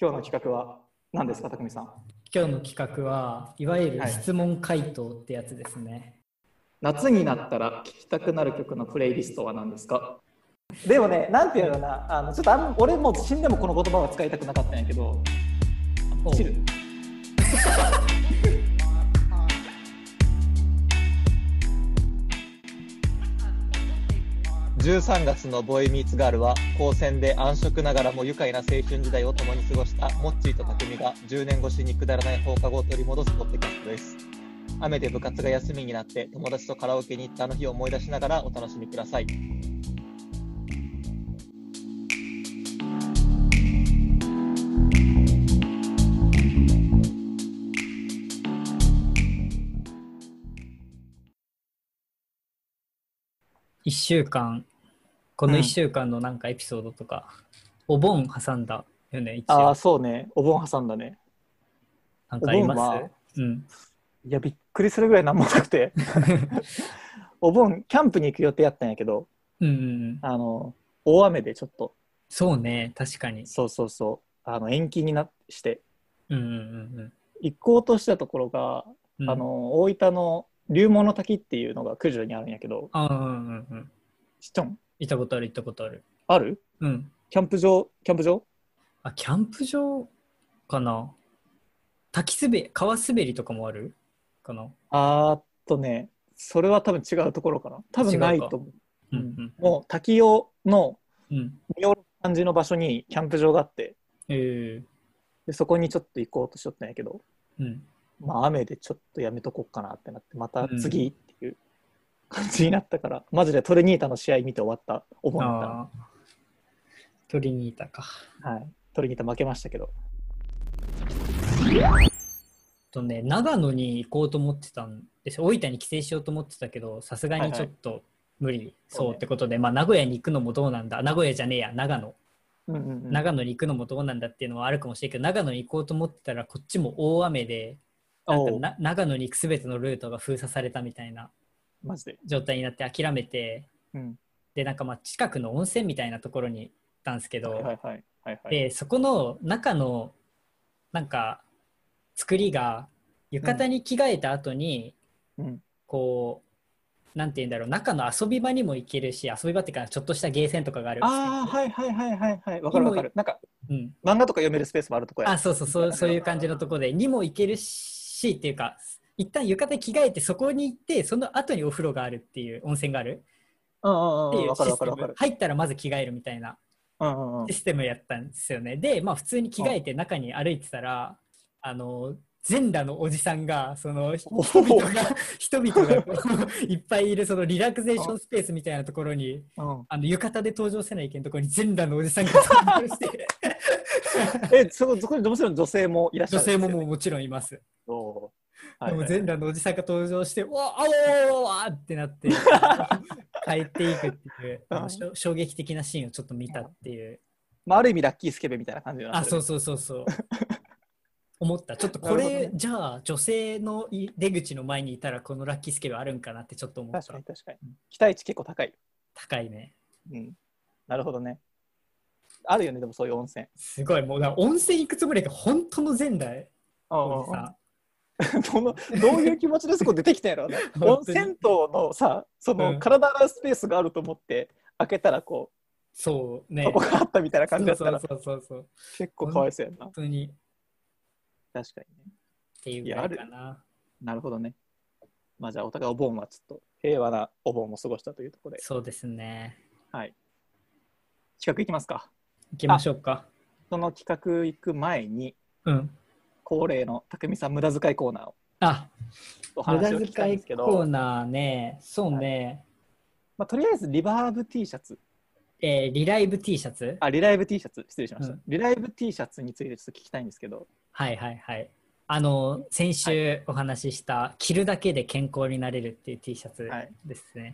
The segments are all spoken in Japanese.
今日の企画は何ですか、匠さん。 今日の企画はいわゆる質問回答ってやつですね。 夏になったら聴きたくなる曲のプレイリストは何ですか？でもね、なんていうのな、ちょっと俺も死んでもこの言葉は使いたくなかったんやけど、チル。 13月のボーイミーツガールは高専で暗色ながらも愉快な青春時代を共に過ごしたモッチーと匠が10年越しにくだらない放課後を取り戻すポッドキャストです。雨で部活が休みになって友達とカラオケに行ったあの日を思い出しながらお楽しみください。 1週間、この1週間のなんかエピソードとか、お盆挟んだよね、一応。 ああ、そうね。お盆挟んだね。 なんかあります？ お盆はうん。 いや、びっくりするぐらいなんもなくて。お盆、キャンプに行く予定やったんやけど、 うんうんうん。 大雨でちょっと、 そうね、確かに。 延期にして、 うんうんうん行こうとしたところが、 うん。 大分の龍門の滝っていうのが九条にあるんやけど、 ああ、うんうんうん。 知っちゃん？ 行ったことある、行ったことある。 ある？ うん。 キャンプ場あ、キャンプ場かな。川滑りとかもあるかな。 それは多分違うところかな。多分ないと思う。 うんうんもう滝用のうん。 見下ろす感じの場所にキャンプ場があって、 えでそこにちょっと行こうとしとったんやけど、 うんまあ雨でちょっとやめとこうかなってなって、また次うんっていう感じになったから、マジでトレニータの試合見て終わった思ったな。 ああ、トリニータか。 はい。トレニータ負けましたけど。 長野に行こうと思ってたんですよ。大分に帰省しようと思ってたけど、さすがにちょっと無理そうってことで、まあ名古屋に行くのもどうなんだ。名古屋じゃねえや、長野。長野に行くのもどうなんだっていうのはあるかもしれないけど、長野に行こうと思ってたらこっちも大雨で、なんか長野に行くすべてのルートが封鎖されたみたいなマジで状態になって諦めて、でなんかまあ近くの温泉みたいなところに行ったんですけど、でそこの中のなんか作りが浴衣に着替えた後に、こうなんて言うんだろう、中の遊び場にも行けるし、遊び場っていうかちょっとしたゲーセンとかがある。 ああ、はい。わかる。なんか、漫画とか読めるスペースもあるとこや。 あ、そういう感じのとこでにも行けるしっていうか、一旦浴衣に着替えてそこに行って、その後にお風呂があるっていう、温泉があるっていうシステム。入ったらまず着替えるみたいなシステムやったんですよね。で、まあ普通に着替えて中に歩いてたら、全裸のおじさんが、その人々がいっぱいいるそのリラクゼーションスペースみたいなところに、浴衣で登場せないけんところに全裸のおじさんが登場してそこにもちろん女性もいらっしゃるんですよね。 女性ももちろんいます。でも全裸のおじさんが登場して「わあってなって帰っていくっていう衝撃的なシーンをちょっと見たっていう。 まあ、ある意味ラッキースケベみたいな感じなんですよね。そう思った。ちょっとこれ、じゃあ女性の出口の前にいたらこのラッキースケベあるんかなってちょっと思った。 確かに期待値結構高い。 高いね。 なるほどね。あるよね、でもそういう温泉。 すごい、もう温泉行くつもりが本当の前代おじさん。 どういう気持ちでそこ出てきたんやろうね。銭湯のさ、その体洗うスペースがあると思って開けたらこう、 そうね、 そこがあったみたいな感じだったら、 そう結構かわいそうやな。 本当に。 確かにね。 っていうぐらいかな。 なるほどね。まあじゃあお互いお盆はちょっと平和なお盆を過ごしたというところで。 そうですね。 はい。企画いきますか。 行きましょうか。 その企画行く前に、恒例の匠さん無駄遣いコーナーを。お話を聞きたいんですけど。 無駄遣いコーナーね、そうね。 まあ、とりあえずリバーブ T シャツ。 リライブ T シャツ？ リライブ T シャツ、失礼しました。リライブ T シャツについてちょっと聞きたいんですけど。 先週お話しした着るだけで健康になれるっていう T シャツですね。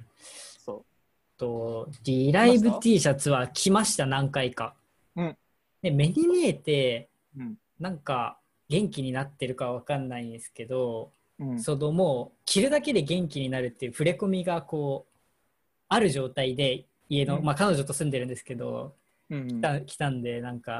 リライブ T シャツは着ました、何回か。で目に見えて、なんか元気になってるかわかんないんですけど、もう着るだけで元気になるっていう触れ込みがこうある状態で家の、彼女と住んでるんですけど、来たんでなんか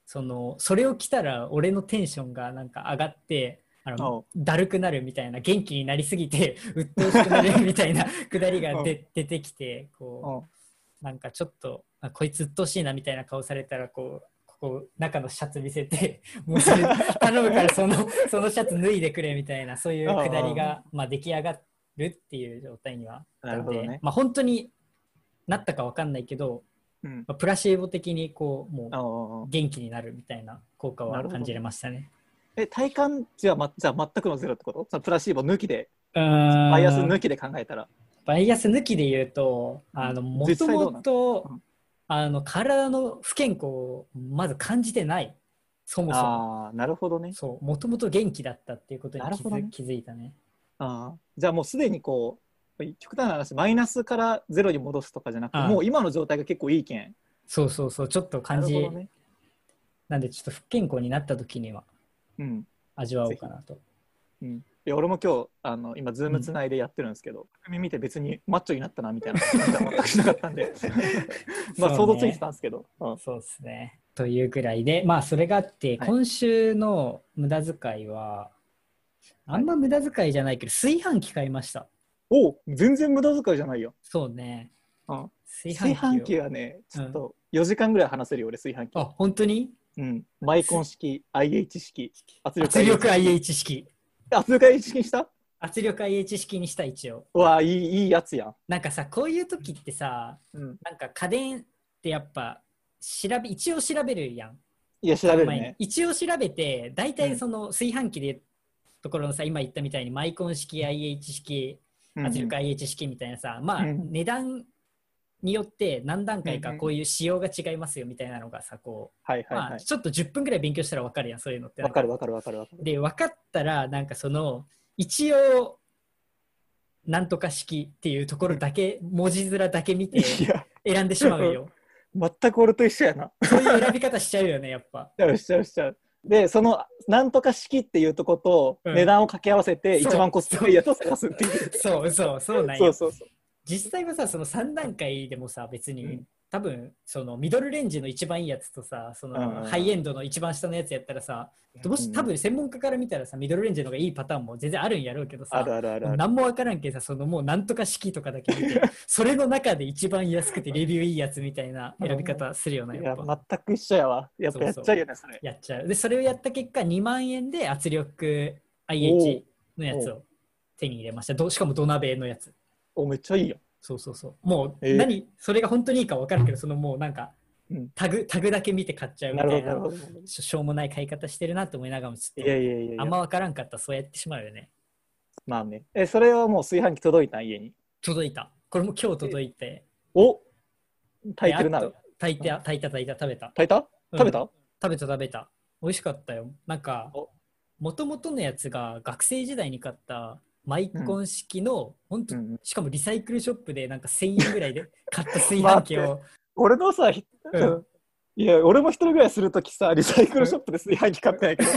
それを着たら俺のテンションがなんか上がってだるくなるみたいな、元気になりすぎて鬱陶しくなるみたいなくだりが出てきて、こうなんかちょっとこいつ鬱陶しいなみたいな顔されたらこう中のシャツ見せてもうそれ頼むからそのシャツ脱いでくれみたいな、そういうくだりが出来上がるっていう状態にはあったので、ね、本当になったか分かんないけど、プラシーボ的にこうもう元気になるみたいな効果は感じれましたね。 体感値は、じゃあ全くのゼロってこと？そのプラシーボ抜きで、バイアス抜きで考えたら。 バイアス抜きで言うと、もともと体の不健康をまず感じてない。そもそも。 なるほどね。 そう、もともと元気だったっていうことに気づいたね。 じゃあもうすでにこう、極端な話、マイナスからゼロに戻すとかじゃなくて、もう今の状態が結構いいけん。 そう、ちょっと感じ、ね、なんでちょっと不健康になった時には、味わおうかなと。 いや俺も今日今ズームつないでやってるんですけど、見て別にマッチョになったなみたいな全くしなかったんでまあ想像ついてたんですけど、 そうですね。というぐらいで、それがあって、今週の無駄遣いはあんま無駄遣いじゃないけど、炊飯器買いました。 全然無駄遣いじゃないよ。 そうね。 炊飯器はね、ちょっと4時間ぐらい話せるよ俺、炊飯器。 本当に？ マイコン式、IH 式、 圧力 IH 式。 圧力 IH 式にした？ 圧力 IH 式にした一応。 いいやつやん。 なんかさ、こういう時ってさ、なんか家電ってやっぱ一応調べるやん。 いや調べるね。 一応調べて、大体その炊飯器でところのさ、今言ったみたいにマイコン式、IH 式、圧力 IH 式みたいなさ、値段によって何段階かこういう仕様が違いますよみたいなのがさ、こう、ちょっと10分ぐらい勉強したら分かるやん、そういうのって。 分かる。 で、分かったら、なんか一応、なんとか式っていうところだけ、文字面だけ見て選んでしまうよ。 全く俺と一緒やな。 そういう選び方しちゃうよね、やっぱ。 しちゃう。で、なんとか式っていうとこと値段を掛け合わせて、一番コスパいいやつを探すっていう。 そうなんや。実際はさ、その3段階でもさ、別に、多分ミドルレンジの一番いいやつとさ、ハイエンドの一番下のやつやったらさ、多分専門家から見たらさ、ミドルレンジの方がいいパターンも全然あるんやろうけどさ、何も分からんけどさ、もうなんとか式とかだけ見てそれの中で一番安くてレビューいいやつみたいな選び方するよね。 やっぱ全く一緒やわ。やっぱやっちゃうよね、それ。 やっちゃう。でそれをやった結果2万円で圧力 IH のやつを手に入れました。しかも土鍋のやつ。 めっちゃいいよ。 そうもう、それが本当にいいか分かるけど、もうなんかタグだけ見て買っちゃうみたいなしょうもない買い方してるなと思いながらもちょっとあんま分からんかったらそうやってしまうよね。 まあね。それはもう炊飯器届いた？家に届いた。これも今日届いて。 炊いてるな。 炊いた食べた。 炊いた？食べた？ 食べた。美味しかったよ。なんかもともとのやつが学生時代に買ったマイコン式の、本当、しかもリサイクルショップでなんか1000円ぐらいで買った炊飯器を俺のさ、いや俺も一人ぐらいするときさ、リサイクルショップで炊飯器買ってないけ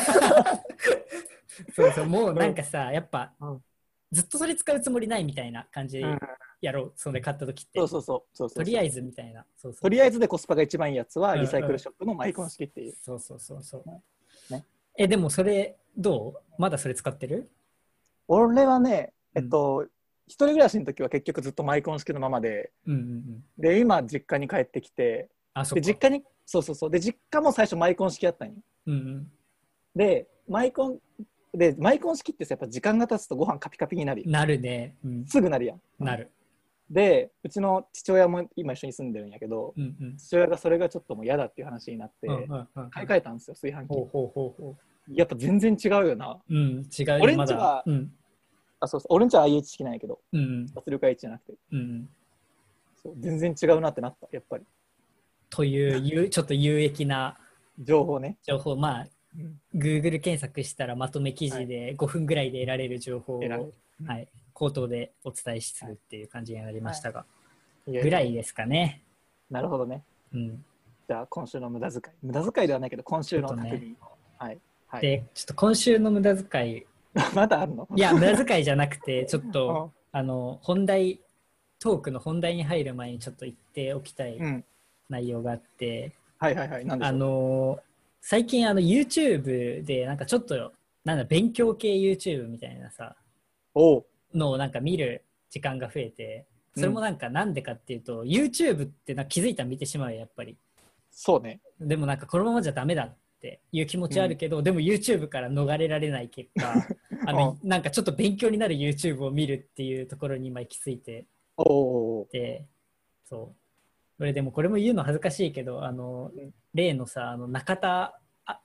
どもうなんかさ、やっぱ、ずっとそれ使うつもりないみたいな感じでやろう、それ買ったときって。とりあえずみたいな。 とりあえずでコスパが一番いいやつはリサイクルショップのマイコン式っていう。 ね、でもそれどう？まだそれ使ってる？ 俺はね、一人暮らしの時は結局ずっとマイコン式のままで、で今実家に帰ってきて、で実家にで実家も最初マイコン式やったんよ。でマイコン式ってさ、やっぱ時間が経つとご飯カピカピになるよ。 なるね。 すぐなるやん。 なる。 でうちの父親も今一緒に住んでるんやけど、父親がそれがちょっともう嫌だっていう話になって買い替えたんですよ、炊飯器。やっぱ全然違うよな。 違う。 俺んちは、俺んちは IH 式なんやけど、圧力 IH じゃなくて、全然違うなってなった、やっぱり。 というちょっと有益な情報ね。 Google 検索したらまとめ記事で5分ぐらいで得られる情報を、口頭でお伝えするっていう感じになりましたが、ぐらいですかね。 なるほどね。じゃあ今週の無駄遣いではないけど今週の匠の。 でちょっと今週の無駄遣いまだあるの？ いや無駄遣いじゃなくてちょっと本題トークの本題に入る前にちょっと言っておきたい内容があって、 何でしょう？ 最近YouTube でなんかちょっとなんだ勉強系 YouTube みたいなさのをなんか見る時間が増えて、それもなんでかっていうと、YouTube ってなんか気づいたら見てしまうよやっぱり。 そうね。 でもなんかこのままじゃダメだっていう気持ちあるけど、でも YouTube から逃れられない結果なんかちょっと勉強になる YouTube を見るっていうところに今行き着いてで、そうそれでもこれも言うの恥ずかしいけど例のさ中田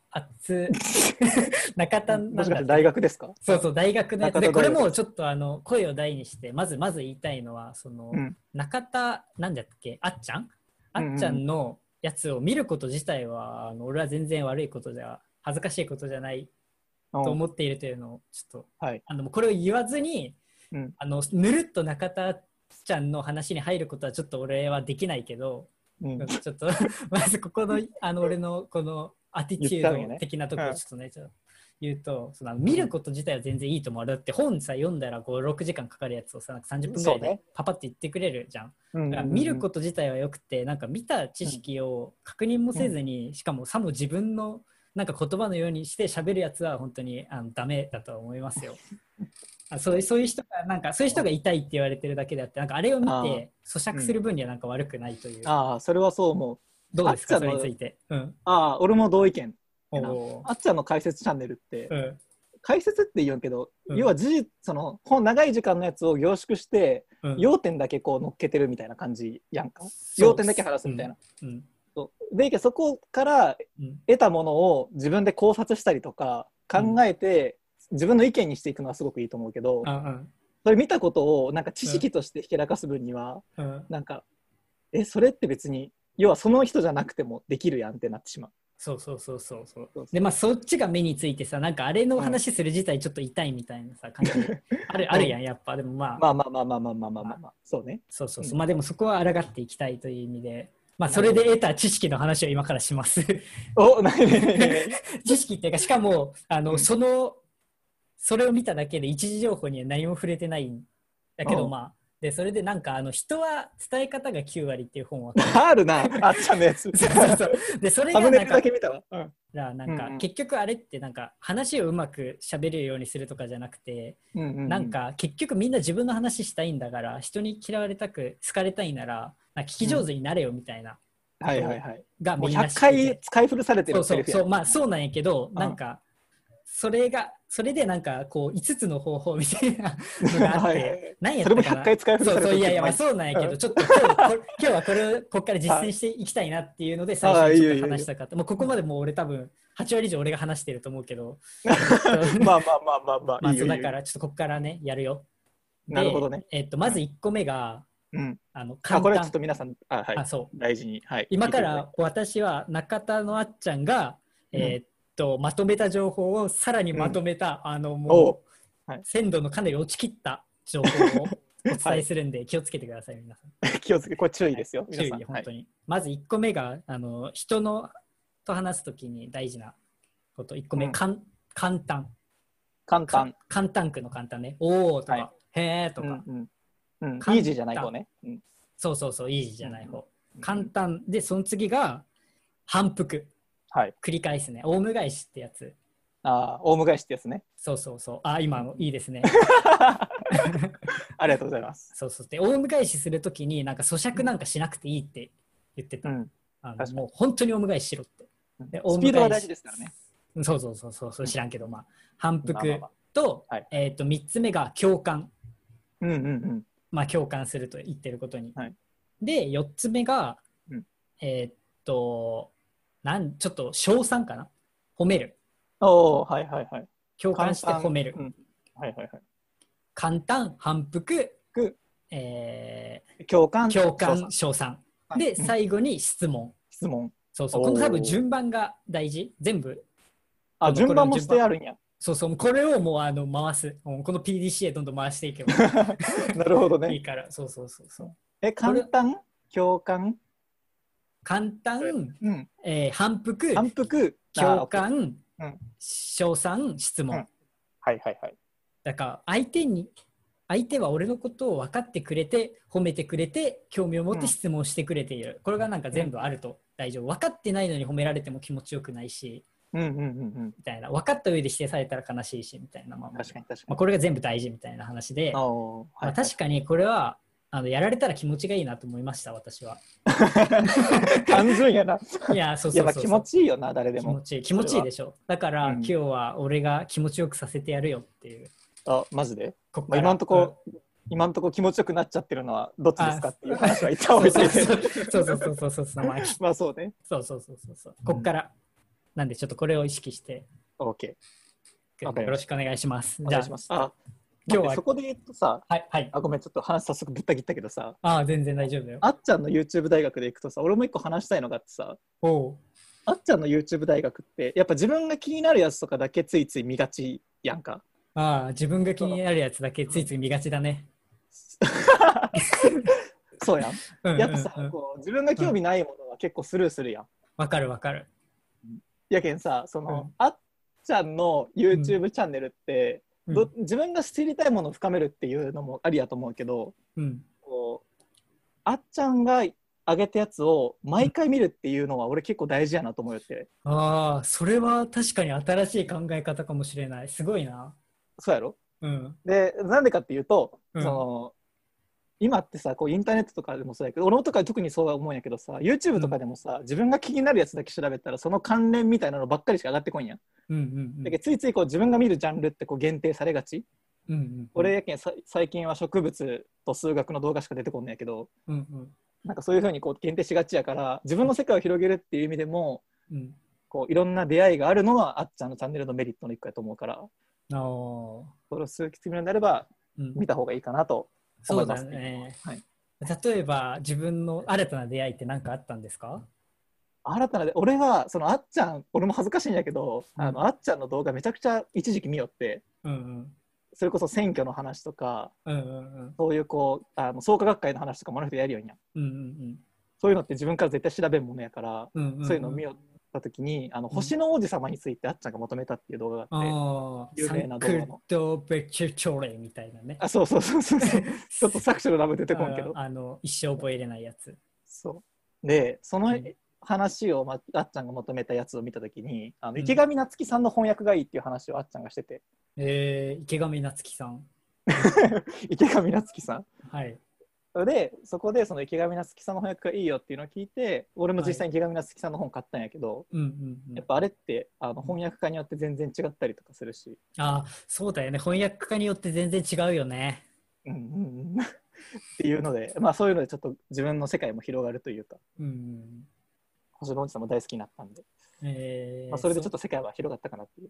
中田なんだもしかして大学ですか？ そう大学のやつで、これもちょっと声を大にしてまず言いたいのは中田なんだっけあっちゃんのやつを見ること自体は俺は全然悪いことじゃ恥ずかしいことじゃないと思っているというのをちょっと、はい、これを言わずに、ぬるっと中田ちゃんの話に入ることはちょっと俺はできないけど、ちょっとまずここの俺のこのアティチュード的なところをちょっとね、ちょっと言うと見ること自体は全然いいと思う。だって本さ読んだら5、6時間かかるやつをさなんか30分ぐらいでパパって言ってくれるじゃん。だから見ること自体はよくて、なんか見た知識を確認もせずに、しかもさも自分のなんか言葉のようにして喋るやつは本当にダメだと思いますよ。そういう人がなんかそういう人が痛いって言われてるだけであって、なんかあれを見て咀嚼する分にはなんか悪くないという。 それはそう思う。 どうですかそれについて。 俺も同意見。あっちゃんの解説チャンネルって、解説って言うけど、要は本長い時間のやつを凝縮して、要点だけこう乗っけてるみたいな感じやんか。要点だけ話すみたいな。でそこから得たものを自分で考察したりとか考えて、自分の意見にしていくのはすごくいいと思うけど、それ見たことをなんか知識としてひけらかす分には、なんかそれって別に要はその人じゃなくてもできるやんってなってしまう。そうでそっちが目についてさ、なんかあれの話する自体ちょっと痛いみたいなさ感じあるやんやっぱ。でもまあそうね。まあでもそこは抗っていきたいという意味で、まあそれで得た知識の話を今からします知識っていうか、しかもそれを見ただけで一時情報には何も触れてないんだけど、まあでそれでなんか人は伝え方が9割っていう本はあるな、あっちゃんのやつ。 でそれがなんかなんか結局あれってなんか話をうまく喋れるようにするとかじゃなくて、なんか結局みんな自分の話したいんだから、人に嫌われたく好かれたいなら聞き上手になれよみたいながみんな100回使い古されてるセリフや。 まあそうなんやけど、なんかそれでなんかこう5つの方法みたいなのがあって何やったかな。 それも100回使い古されてる。 いやまあそうなんやけど、ちょっと今日はこれをここから実践していきたいなっていうので最初にちょっと話したかった。もうここまでもう俺多分8割以上俺が話してると思うけどまあだからちょっとここからねやるよ。 なるほどね。 まず1個目がこれちょっと皆さん大事に、 今から私は中田のあっちゃんがまとめた情報をさらにまとめた、もう鮮度のかなり落ちきった情報をお伝えするんで気をつけてください皆さん。 気をつけ、これ注意ですよ。 注意本当に。まず1個目が人と話すときに大事なこと1個目、簡単簡単句の簡単ね。おーとか、へーとか、 イージーじゃない方ね。 そうイージーじゃない方。簡単でその次が反復。繰り返すね。オウム返しってやつ。 オウム返しってやつね。 そう。今いいですね。 ありがとうございます。 でオウム返しするときになんか咀嚼なんかしなくていいって言ってた。もう本当にオウム返ししろって。 スピードは大事ですからね。 そう知らんけど、まあ反復と3つ目が共感。まあ共感すると言ってることに。で4つ目がちょっと称賛かな、褒める。共感して褒める。簡単、反復、 共感、 称賛。で、最後に質問。この多分順番が大事。全部。 順番もしてあるんや。 これをもう回す。この PDCA どんどん回していけば。 なるほどね。 いいから。 簡単、共感、 簡単、反復、共感、称賛、質問。だから相手は俺のことを分かってくれて褒めてくれて興味を持って質問してくれている。これがなんか全部あると大丈夫。分かってないのに褒められても気持ちよくないし、 うんうんうんうん、 みたいな。分かった上で否定されたら悲しいしみたいな、まあ、 確かに確かに、 まあ、これが全部大事みたいな話で、 はいまあ、確かにこれはやられたら気持ちがいいなと思いました私は。 単純やな。 いやそうそうそうそう、 気持ちいいよな誰でも。 気持ちいいでしょ。だから、今日は俺が気持ちよくさせてやるよっていう。 あ、マジで？まあ、今んとこ気持ちよくなっちゃってるのはどっちですかっていう話は言った方がいい。 そうまあそうね。 そうこっから、なんでちょっとこれを意識して OK、 よろしくお願いします。 じゃあ今日はそこで言うとさ、ごめんちょっと話早速ぶった切ったけどさ、 全然大丈夫だよ。 あっちゃんの YouTube 大学で行くとさ、俺も一個話したいのがあってさ、あっちゃんの YouTube 大学ってやっぱ自分が気になるやつとかだけついつい見がちやんか。 自分が気になるやつだけついつい見がちだね。 そうやん。やっぱさ、こう自分が興味ないものは結構スルーするやん。 わかる。 やけんさ、あっちゃんの YouTube チャンネルって、自分が知りたいものを深めるっていうのもありやと思うけど、こうあっちゃんが上げたやつを毎回見るっていうのは俺結構大事やなと思うよって。 それは確かに新しい考え方かもしれない。すごいな。 そうやろ。でなんでかっていうと、今ってさこうインターネットとかでもそうやけど、俺とか特にそう思うんやけどさ、 YouTube とかでもさ、自分が気になるやつだけ調べたらその関連みたいなのばっかりしか上がってこんやん。だけどついついこう自分が見るジャンルってこう限定されがち。俺やけん最近は植物と数学の動画しか出てこんのやけど、なんかそういう風にこう限定しがちやから、自分の世界を広げるっていう意味でも、こういろんな出会いがあるのはあっちゃんのチャンネルのメリットの一個やと思うから、それを数奇するのであれば見た方がいいかなと思います。 そうだね。例えば自分の新たな出会いって何かあったんですか？ 新たな俺はあっちゃん、俺も恥ずかしいんやけど、あっちゃんの動画めちゃくちゃ一時期見よって、それこそ選挙の話とか、そういうこう創価学会の話とかもあの人やるようにや、そういうのって自分から絶対調べるものやから、そういうのを見よった時に星の王子様についてあっちゃんがまとめたっていう動画があって、有名な動画のサンクトベチュチョレみたいなね。 そうちょっと作者の名前出てこんけど一生覚えれないやつ。 そうで、その話をあっちゃんがまとめたやつを見た時に池上夏樹さんの翻訳がいいっていう話をあっちゃんがしてて、 池上夏樹さん池上夏樹さん、 はいでそこでその池上夏樹さんの翻訳がいいよっていうのを聞いて、俺も実際に池上夏樹さんの本買ったんやけど、やっぱあれって翻訳家によって全然違ったりとかするし。 そうだよね、翻訳家によって全然違うよね。 っていうので、そういうのでちょっと自分の世界も広がるというか、星の王子さんも大好きになったんで、それでちょっと世界は広がったかなっていう。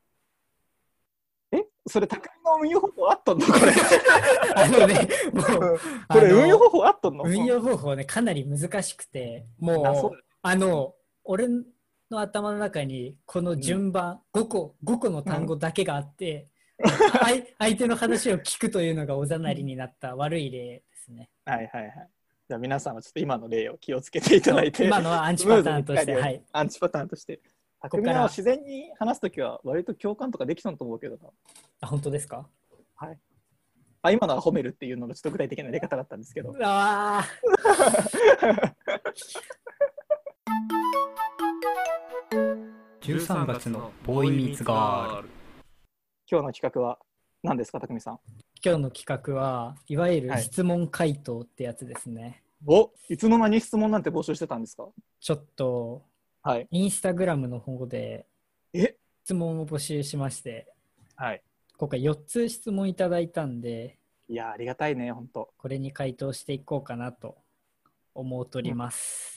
それ匠の運用方法あっとんのこれこれ運用方法あっとんの？ 運用方法ね、かなり難しくて、もう俺の頭の中にこの順番、5個の単語だけがあって、相手の話を聞くというのがおざなりになった悪い例ですね。 じゃあ皆さんはちょっと今の例を気をつけていただいて、 今のはアンチパターンとして、 アンチパターンとして、匠は自然に話すときは割と共感とかできそうと思うけどな。 本当ですか？ 今のは褒めるっていうのがちょっと具体的な出方だったんですけど。 13月のボーイミーツガール。 今日の企画は何ですか、匠さん？ 今日の企画はいわゆる質問回答ってやつですね。 いつの間に質問なんて募集してたんですか？ ちょっとインスタグラムの方で質問を募集しまして、今回4つ質問いただいたんで、 いやありがたいね、本当。 これに回答していこうかなと思っております。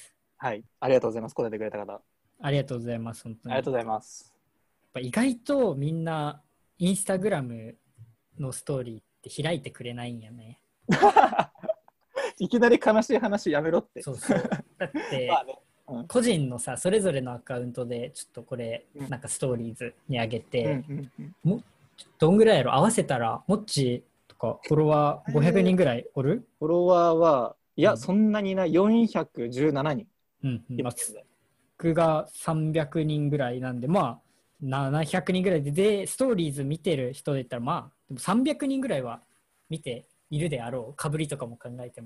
ありがとうございます。答えてくれた方。 ありがとうございます。本当にありがとうございます。 やっぱ意外とみんなインスタグラムのストーリーって開いてくれないんやね。 いきなり悲しい話やめろって。 だって個人のそれぞれのアカウントでちょっとこれなんかストーリーズに上げて、どんぐらいやろ、合わせたらもっちとかフォロワー500人ぐらいおる？ フォロワーはいや、そんなにない、417人。 僕が300人ぐらいなんで、700人ぐらいで、ストーリーズ見てる人で言ったらでも300人ぐらいは見ているであろう。かぶりとかも考えても。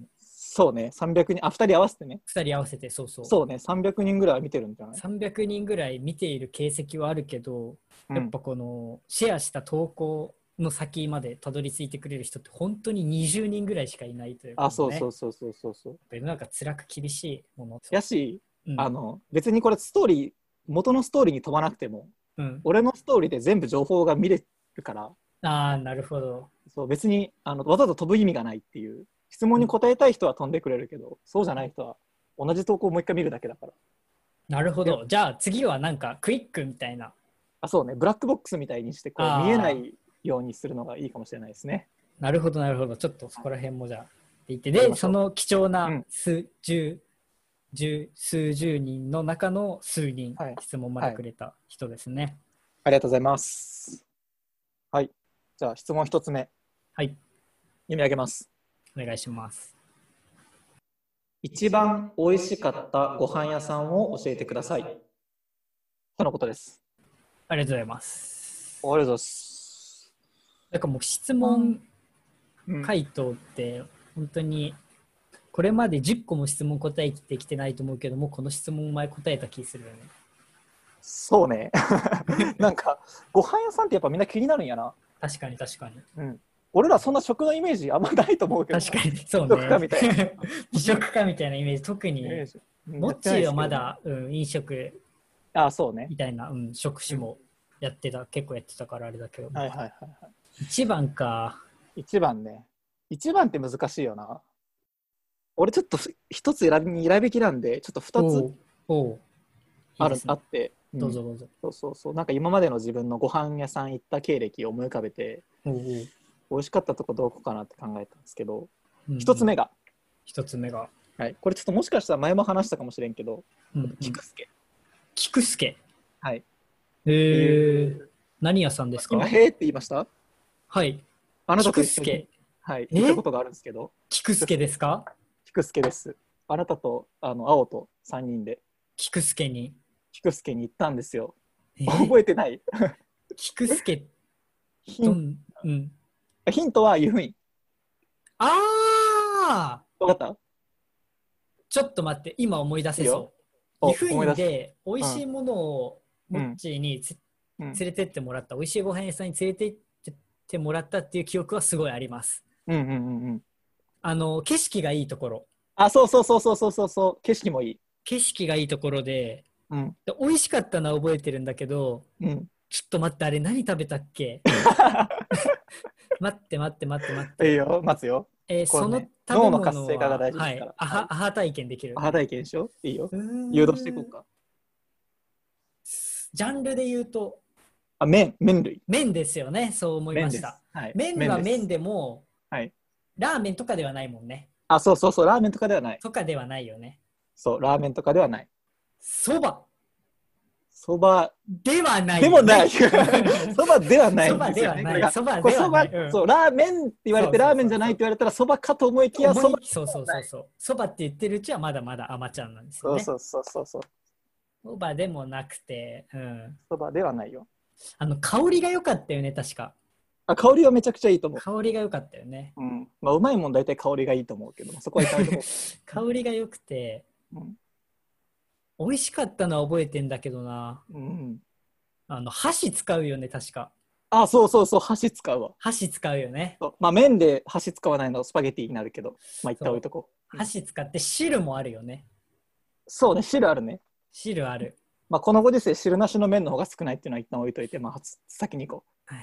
そうね、300人、2人合わせてね。 2人合わせて、そうそう。 そうね、300人ぐらいは見てるんじゃない？ 300人ぐらい見ている形跡はあるけど、やっぱこのシェアした投稿の先までたどり着いてくれる人って本当に20人ぐらいしかいないというか、ね。 あ、そうそうそうそうそうそう。 なんか辛く厳しいもの。 やし、別にこれ元のストーリーに飛ばなくても、俺のストーリーで全部情報が見れるから。 ああ、なるほど。 そう、別にわざわざ飛ぶ意味がないっていう。質問に答えたい人は飛んでくれるけど、そうじゃない人は同じ投稿をもう一回見るだけだから。 なるほど。じゃあ次はなんかクイックみたいな。 あ、そうね。ブラックボックスみたいにしてこう見えないようにするのがいいかもしれないですね。 なるほどなるほど。ちょっとそこら辺もじゃあ言ってで、その貴重な数十人の中の数人、質問までくれた人ですね。 ありがとうございます。はい。じゃあ質問1つ目。 はい。 読み上げます。 お願いします。 一番美味しかったご飯屋さんを教えてください。とのことです。 ありがとうございます。 ありがとうございます。 なんかもう質問回答って本当にこれまで10個も質問答えてきてないと思うけども、この質問前答えた気するよね。 そうね。なんかご飯屋さんってやっぱみんな気になるんやな。 確かに確かに。 俺らそんな食のイメージあんまないと思うけど。 確かにそうね。 食かみたいな。 美食かみたいなイメージ、特にモッチーはまだ、飲食そうねみたいな、職種もやってた、結構やってたからあれだけど。 はいはいはいはい。 1番か。 1番ね。1番って難しいよな。俺ちょっと1つ選びきなんで、ちょっと2つあって。 どうぞどうぞ。 そうなんか今までの自分のご飯屋さん行った経歴を思い浮かべて、美味しかったとこどこかなって考えたんですけど、1つ目が、はい、これちょっともしかしたら前も話したかもしれんけど、菊助。 菊助。 はい。 何屋さんですか？ 今へーって言いました？ はい。 あなたと一緒に、はい、行ったことがあるんですけど。 菊助ですか？ 菊助です。あなたと青と3人で菊助に行ったんですよ。覚えてない？ 菊助ヒントは湯布院。 ああ、 分かった？ ちょっと待って、今思い出せそう。湯布院で美味しいものをモッチーに連れてってもらった、美味しいご飯屋さんに連れてってもらったっていう記憶はすごいあります。景色がいいところ。そう、景色もいい。景色がいいところで、美味しかったのは覚えてるんだけど、ちょっと待って、あれ何食べたっけ？待って。 いいよ、待つよ。 その食べ物は脳の活性化が大事ですから。 アハ体験できる。 アハ体験でしょ？いいよ。誘導していこうか。 ジャンルで言うと麺類。 麺ですよね。そう思いました。麺は麺でも、ラーメンとかではないもんね。 そう、ラーメンとかではない。 とかではないよね。 そう、ラーメンとかではない。 そばではない。 でもない。そばではないんですよね。 そばではない。 そう、ラーメンって言われてラーメンじゃないって言われたらそばかと思いきや、 そう。そばって言ってるうちはまだまだ甘ちゃんなんですよね。 そう。 そばでもなくて、 そばではないよ。 香りが良かったよね、確か。 香りはめちゃくちゃいいと思う。 香りが良かったよね。 うまいもん大体香りがいいと思うけど、そこは香りが良くて、美味しかったのは覚えてんだけどな。箸使うよね、確か。そう、箸使うわ。箸使うよね。 麺で箸使わないのスパゲティになるけど、一旦置いとこう。箸使って汁もあるよね。 そうね、汁あるね。 汁ある。 このご時世、汁なしの麺の方が少ないっていうのは一旦置いといて、先に行こう。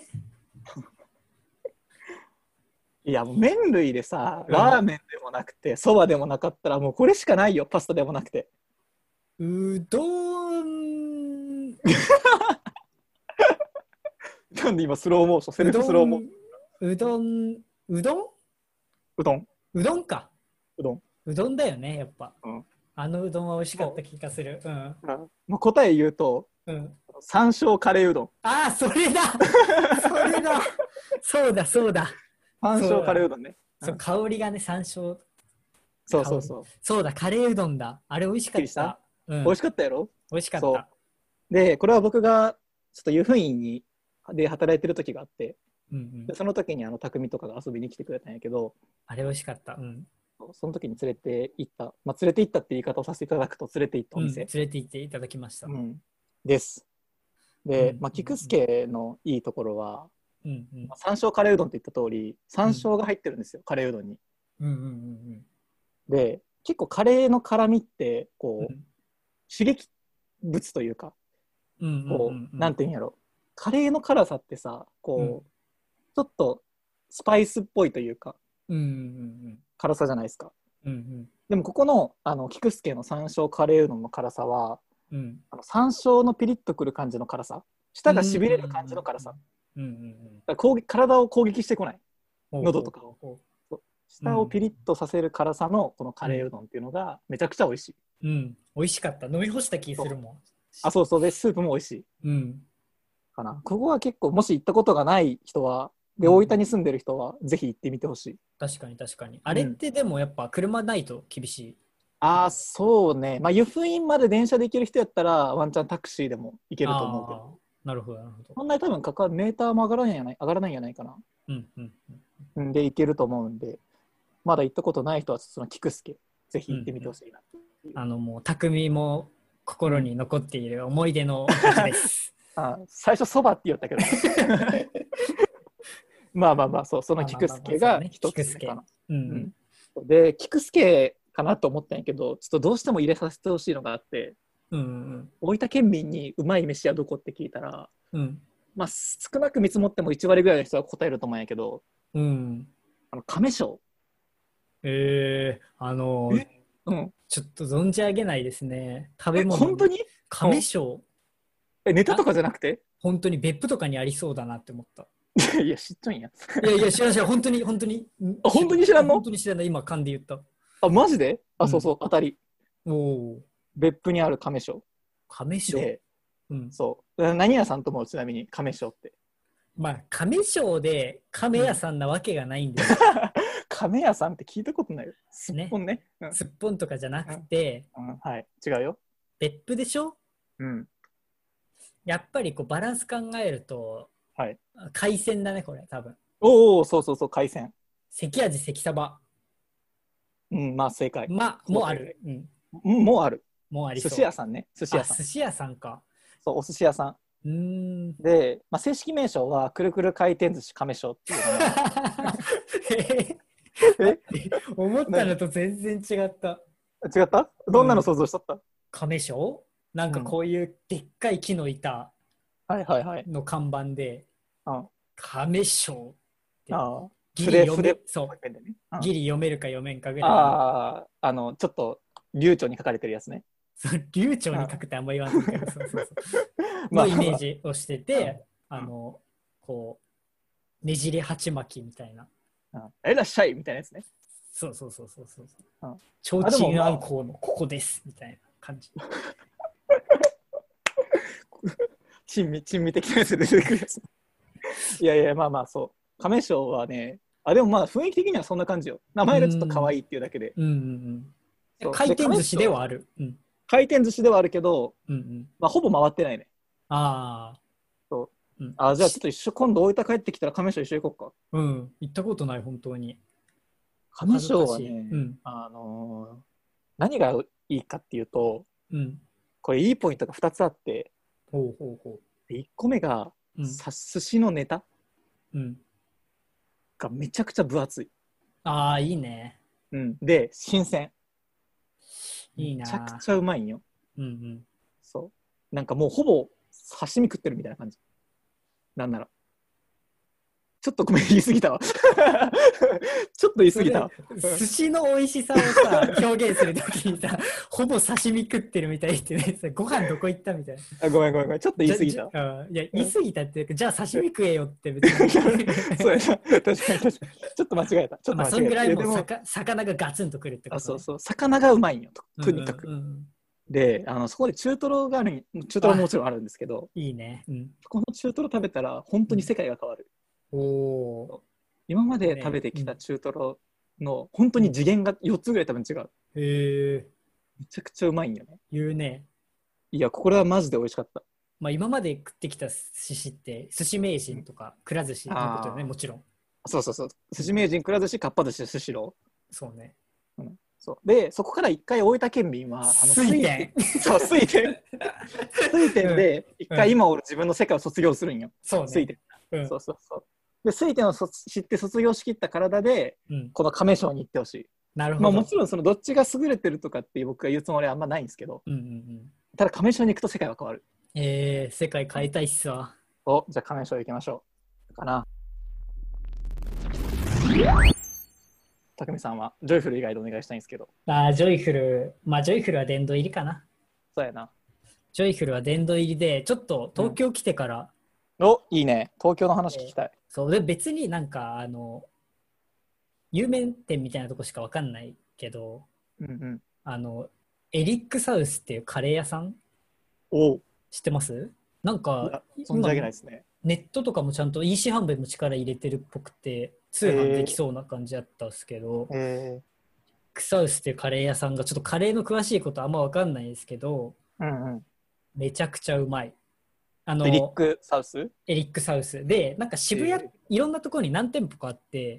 いや、もう麺類でさ、ラーメンでもなくて、そばでもなかったら、もうこれしかないよ、パスタでもなくて。 うどん。 なんで今スローモーション、セルフスローモーション。 うどんか。うどんだよね、やっぱ。うどんは美味しかった気がする。 答え言うと、山椒カレーうどん。 それだ。そうだ。 山椒カレーうどんね。 そう、香りがね、山椒。 そう。 そうだ、カレーうどんだ。あれ美味しかった。 美味しかったやろ？ 美味しかった。 で、これは僕がちょっと湯布院で働いてる時があって、その時に匠とかが遊びに来てくれたんやけど、 あれ美味しかった。 その時に連れて行った、まあ、連れて行ったって言い方をさせていただくと連れて行ったお店、 連れて行っていただきました。 です。で、まあ、菊助のいいところは、山椒カレーうどんって言った通り山椒が入ってるんですよ、カレーうどんに。で結構カレーの辛みってこう、刺激物というか、こうなんていうんやろ、カレーの辛さってさこう、ちょっとスパイスっぽいというか、辛さじゃないですか。でもここの菊助の山椒カレーうどんの辛さは、山椒のピリッとくる感じの辛さ、舌がしびれる感じの辛さ、体を攻撃してこない、喉とかを舌をピリッとさせる辛さのこのカレーうどんっていうのがめちゃくちゃ美味しい。 美味しかった。飲み干した気するもん。 そうで、スープも美味しい、かな。ここは結構もし行ったことがない人はで、大分に住んでる人はぜひ行ってみてほしい。 確かに確かに。あれってでもやっぱ車ないと厳しい。 そうね。まあ湯布院まで電車で行ける人やったらワンチャンタクシーでも行けると思うけど。 なるほどなるほど。 そんなに多分メーターも上がらないんじゃないかな。で行けると思うんで、まだ行ったことない人はその菊助ぜひ行ってみてほしいな。 もう匠も心に残っている思い出の味です。 最初そばって言ったけど。まあその菊助が一つかな。で菊助かなと思ったんやけど、ちょっとどうしても入れさせてほしいのがあって、大分県民にうまい飯はどこって聞いたら、まあ少なく見積もっても1割ぐらいの人は答えると思うんやけど、亀庄。 ちょっと存じ上げないですね。食べ物。 本当に？ 亀庄。 ネタとかじゃなくて？ 本当に別府とかにありそうだなって思った。 いや知っちゃうんや。 いや知らん本当に本当に知らんの？ 本当に知らない。今勘で言った。 マジで？そう当たり。別府にある亀庄。 亀庄。 そう何屋さんともちなみに亀庄って。 まあ亀庄で亀屋さんなわけがないんですよ。 亀屋さんって聞いたことないよ。すっぽんね。 すっぽんとかじゃなくて、 はい違うよ。 別府でしょ？やっぱりこうバランス考えると、海鮮だねこれ多分。そう海鮮。 関味関サバ。 まあ正解。 もうある。 もうある。 もうありそう。 寿司屋さんね。寿司屋さんか。 そうお寿司屋さん。で、まあ、正式名称はくるくる回転寿司亀庄っていうの思ったのと全然違った。 違った？どんなの想像しとった？ 亀庄？なんかこういうでっかい木の板の看板で、亀庄ってギリ読めるか読めんかぐらい。ちょっと流暢に書かれてるやつね。 流暢に書くってあんま言わないけど、のイメージをしてて、こうねじり鉢巻きみたいな。 いらっしゃいみたいなやつね。 そう。ちょうちんあんこうのここですみたいな感じ。 珍味的なやつで出てくるやつ。いやまあそう亀庄はね、でもまあ雰囲気的にはそんな感じよ。名前がちょっと可愛いっていうだけで。回転寿司ではある。回転寿司ではあるけど、まあほぼ回ってないね。じゃあちょっと今度大分帰ってきたら亀庄一緒行こうか。 行ったことない本当に。 亀庄はね、何がいいかっていうと、これいいポイントが2つあって、1個目が寿司のネタがめちゃくちゃ分厚い。 いいね。 で新鮮。 いいな。 めちゃくちゃうまいんよ。そうなんかもうほぼ刺身食ってるみたいな感じ。なんならちょっとごめん言い過ぎたわ。ちょっと言い過ぎたわ。 寿司の美味しさをさ表現するときにさほぼ刺身食ってるみたいってね、ご飯どこ行ったみたいな。 ごめんちょっと言い過ぎた。 いや言い過ぎたっていうか、じゃあ刺身食えよって別に。 そうやな、確かにちょっと間違えた。 そんぐらいも魚がガツンとくるってこと、ね。 そう魚がうまいんよとにかく。でそこで中トロがある。中トロももちろんあるんですけど、 いいね。 この中トロ食べたら本当に世界が変わる。今まで食べてきた中トロの本当に次元が4つぐらい多分違う。めちゃくちゃうまいんよね。 言うね。 いやこれはマジで美味しかった。 今まで食ってきた寿司って寿司名人とかくら寿司のことよね、もちろん。 そう寿司名人、くら寿司、かっぱ寿司、スシロー。 そうね。 そうでそこから一回大分県民は水田そう水田で一回今俺自分の世界を卒業するんよ。 そうね。 水田、そうそうそう。で水田を知って卒業しきった体で、この亀賞に行ってほしい。 なるほど。 もちろんそのどっちが優れてるとかって僕が言うつもりはあんまないんですけど、ただ亀賞に行くと世界は変わる。 世界変えたいっすわ。 じゃあ亀賞行きましょうかな。匠さんはジョイフル以外でお願いしたいんですけど。 ジョイフルは殿堂入りかな。 そうやな。 ジョイフルは殿堂入りで、ちょっと東京来てから、 いいね。東京の話聞きたい。 そうで別になんか有名店みたいなとこしかわかんないけど、エリックサウスっていうカレー屋さん知ってます？なんか存じ上げないですね。 ネットとかもちゃんと EC 販売も力入れてるっぽくて通販できそうな感じだったんですけど、クサウスっていうカレー屋さんがちょっとカレーの詳しいことあんま分かんないんですけど、めちゃくちゃうまい。 エリックサウスでなんか渋谷、いろんなところに何店舗かあって、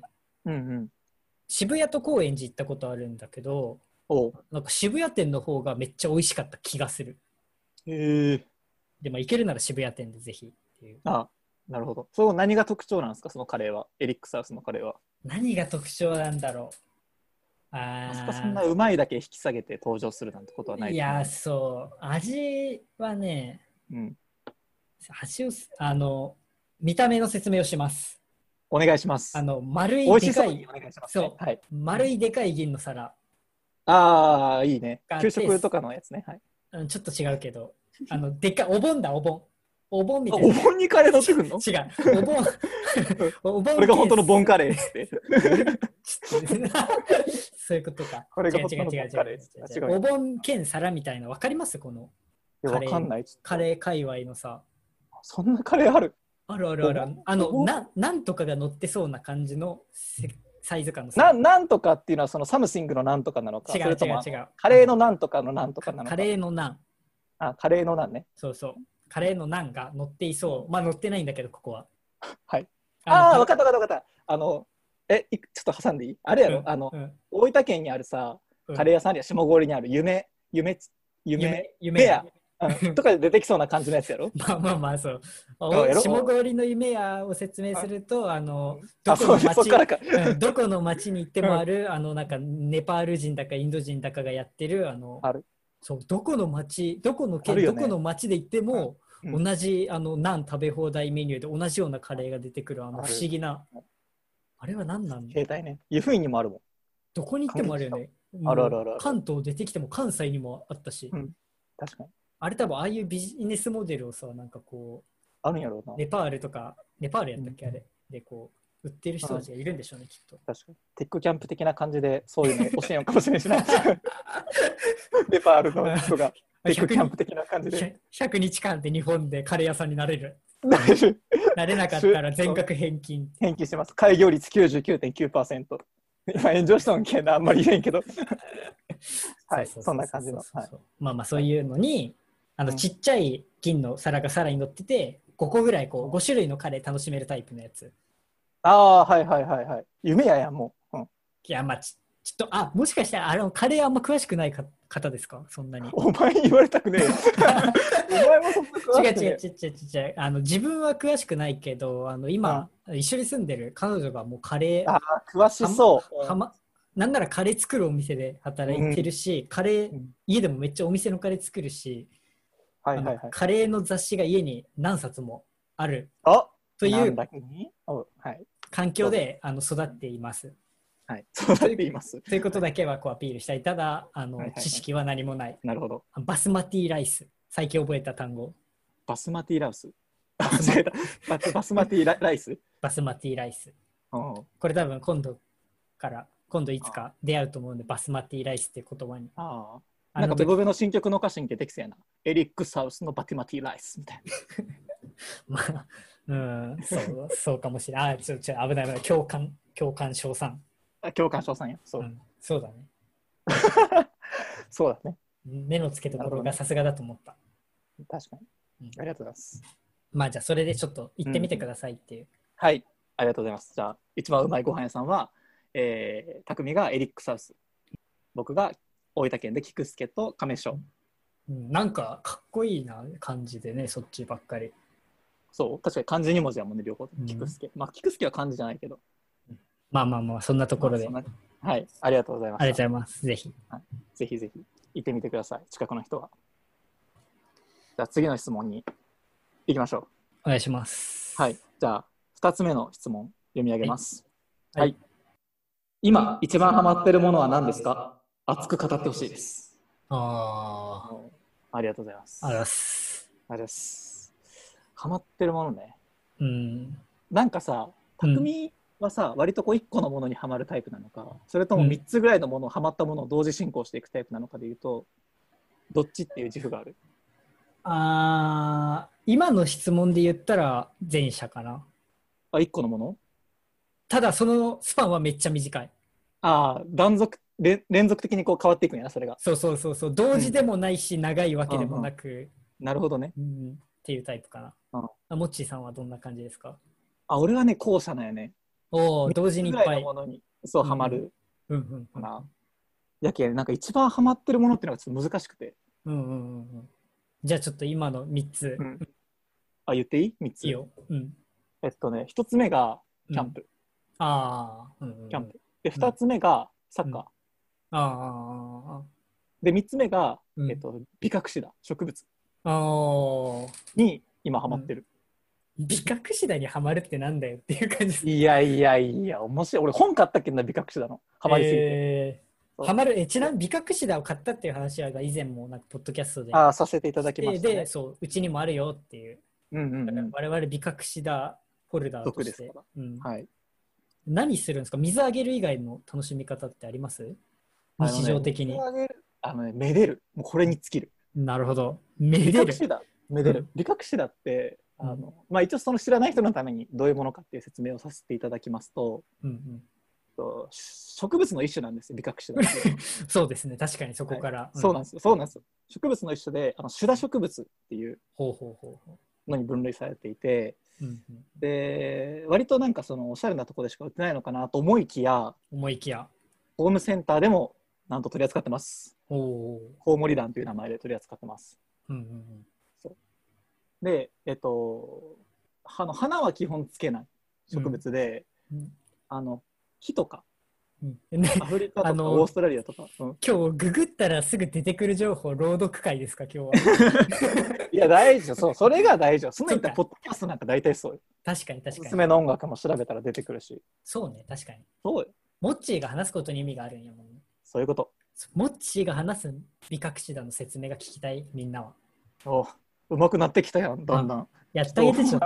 渋谷と高円寺行ったことあるんだけど、なんか渋谷店の方がめっちゃ美味しかった気がする。で行けるなら渋谷店でぜひっていう。 なるほど。そう何が特徴なんですか、そのカレーは。エリックサウスのカレーは。 何が特徴なんだろう。 そんなうまいだけ引き下げて登場するなんてことはない、 いや、そう。味はね、見た目の説明をします。 お願いします。 丸いでかい、丸いでかい銀の皿。 いいね。給食とかのやつね。 ちょっと違うけど、でかい、お盆みたいな。お盆にカレー乗ってくんの？ 違う。お盆。 これが本当のボンカレーって。 そういうことか。 これが本当のボンカレー。 お盆兼皿みたいな、わかります？このカレー。 カレー界隈のさ。 そんなカレーある？ ある。なんとかが乗ってそうな感じのサイズ感のさ。 なんとかっていうのはそのサムシングのなんとかなのか。 違う。 カレーのなんとかのなんとかなのか。 カレーのなん。 カレーのなんね。 そう。カレーのナンが乗っていそう。乗ってないんだけど、ここは。 はい。わかった。ちょっと挟んでいい？あれやろ、大分県にあるさ、カレー屋さんあるや、下郡にある夢屋とかで出てきそうな感じのやつやろ？ そう。下郡の夢屋を説明すると、どこの町に行ってもある、なんかネパール人だかインド人だかがやってる、そう、どこの町、どこの県、どこの町で行っても、同じナン食べ放題メニューで同じようなカレーが出てくる不思議な、あれは何なんだ？ 携帯ね。湯布院にもあるもん。 どこに行ってもあるよね。 ある。 関東出てきても関西にもあったし。 確かに。 あれ多分ああいうビジネスモデルをさ、なんかこう、 あるんやろうな。 ネパールやったっけ、あれ。でこう、売ってる人たちがいるんでしょうね、きっと。 確かに。テックキャンプ的な感じでそういうのを教えようかもしれないしな。ネパールの人が。テックキャンプ的な感じで 100日間で日本でカレー屋さんになれる。なれなかったら全額返金してます。開業率 99.9%。今炎上したんけな、あんまり言えんけど。はい、そんな感じの。 そういうのにちっちゃい銀の皿がさらに乗ってて、5個ぐらい5種類のカレー楽しめるタイプのやつ。 はい。夢やもう。 いや、ちょっともしかしたらカレーあんま詳しくない方ですか？そんなに。 お前に言われたくねえよ。お前もそんな詳しくねえ。違う。自分は詳しくないけど、今、一緒に住んでる彼女がもうカレー詳しそう。 なんならカレー作るお店で働いてるし、カレー家でもめっちゃお店のカレー作るし、カレーの雑誌が家に何冊もあるという環境で育っています。 育っています。 ということだけはアピールしたい。ただ知識は何もない。 なるほど。 バスマティライス、最近覚えた単語。 バスマティライス。バスマティライス。 バスマティライス。これ多分今度いつか出会うと思うんで、バスマティライスっていう言葉に。 なんかベボベの新曲の歌詞に出てきそうやな。エリック・サウスのバティマティライスみたいな。そうかもしれない。危ない。共感賞賛。 共感賞賛や。 そうだね。 そうだね。 目の付けどころがさすがだと思った。 確かに。ありがとうございます。 じゃあそれでちょっと行ってみてくださいっていう。 はい。ありがとうございます。じゃあ、一番うまいご飯屋さんは、匠がエリック・サウス。 僕が大分県で菊助と亀章。 なんかかっこいいな感じでね、そっちばっかり。 そう、確かに漢字2文字はもんね、両方。菊助。まあ、菊助は漢字じゃないけど。 まあ、そんなところで。 はい、ありがとうございました。 ありがとうございます。ぜひ。 はい、ぜひぜひ行ってみてください、近くの人は。じゃあ次の質問に行きましょう。 お願いします。 はい、じゃあ2つ目の質問読み上げます。はい。はい、今一番ハマってるものは何ですか？熱く語ってほしいです。ありがとうございます。 ありがとうございます。 ありがとうございます。ハマってるものね。 なんかさ、匠はさ、割とこう1個のものにハマるタイプなのか、それとも3つぐらいのものをハマったものを同時進行していくタイプなのかでいうと、どっちっていう自負がある？ 今の質問で言ったら前者かな。 1個のもの？ ただそのスパンはめっちゃ短い。 連続的にこう変わっていくんやな、それが。 そう、同時でもないし、長いわけでもなく。 なるほどね。 っていうタイプかな。モッチーさんはどんな感じですか？ 俺はね、後者なんやね。 同時にいっぱい。 ものにそうハマるかな。やけなんか一番ハマってるものっていうのがちょっと難しくて。 じゃあちょっと今の3つ。 言っていい？ 3 つ。 いいよ。 1つ目がキャンプ。キャンプ。で、2つ目がサッカー。で、3つ目が、ビカクシダ、植物。に今ハマってる。 ビカクシダにハマるってなんだよっていう感じです。 いや、面白い。俺本買ったっけな、ビカクシダの。ハマりすぎて。 ハマる。ちなみにビカクシダを買ったっていう話は以前もなんかポッドキャストでさせていただきましたね。 で、そう、うちにもあるよっていう。我々ビカクシダホルダーとして。 はい。 何するんですか？水あげる以外の楽しみ方ってあります？日常的に。 めでる。もうこれに尽きる。 なるほど。めでる。 ビカクシダって、一応その知らない人のためにどういうものかっていう説明をさせていただきますと、植物の一種なんですよ、ビカクシダって。 そうですね、確かにそこから。 そうなんですよ。植物の一種で、シュダ植物っていうのに分類されていて、で割となんかそのおしゃれなところでしか売ってないのかなと思いきやホームセンターでもなんと取り扱ってます。コウモリランという名前で取り扱ってます。で花は基本つけない植物で、木とかアフリカとかオーストラリアとか、 今日ググったらすぐ出てくる情報朗読会ですか今日は？ いや大丈夫、それが大丈夫。そのいったポッドキャストなんか大体そうよ。 確かにおすすめの音楽も調べたら出てくるし。 そうね、確かにそうよ。 モッチーが話すことに意味があるんやもんね。 そういうこと。 モッチーが話すビカクシダの説明が聞きたい、みんなは。 うまくなってきたやん、だんだん。 やってあげてちょ。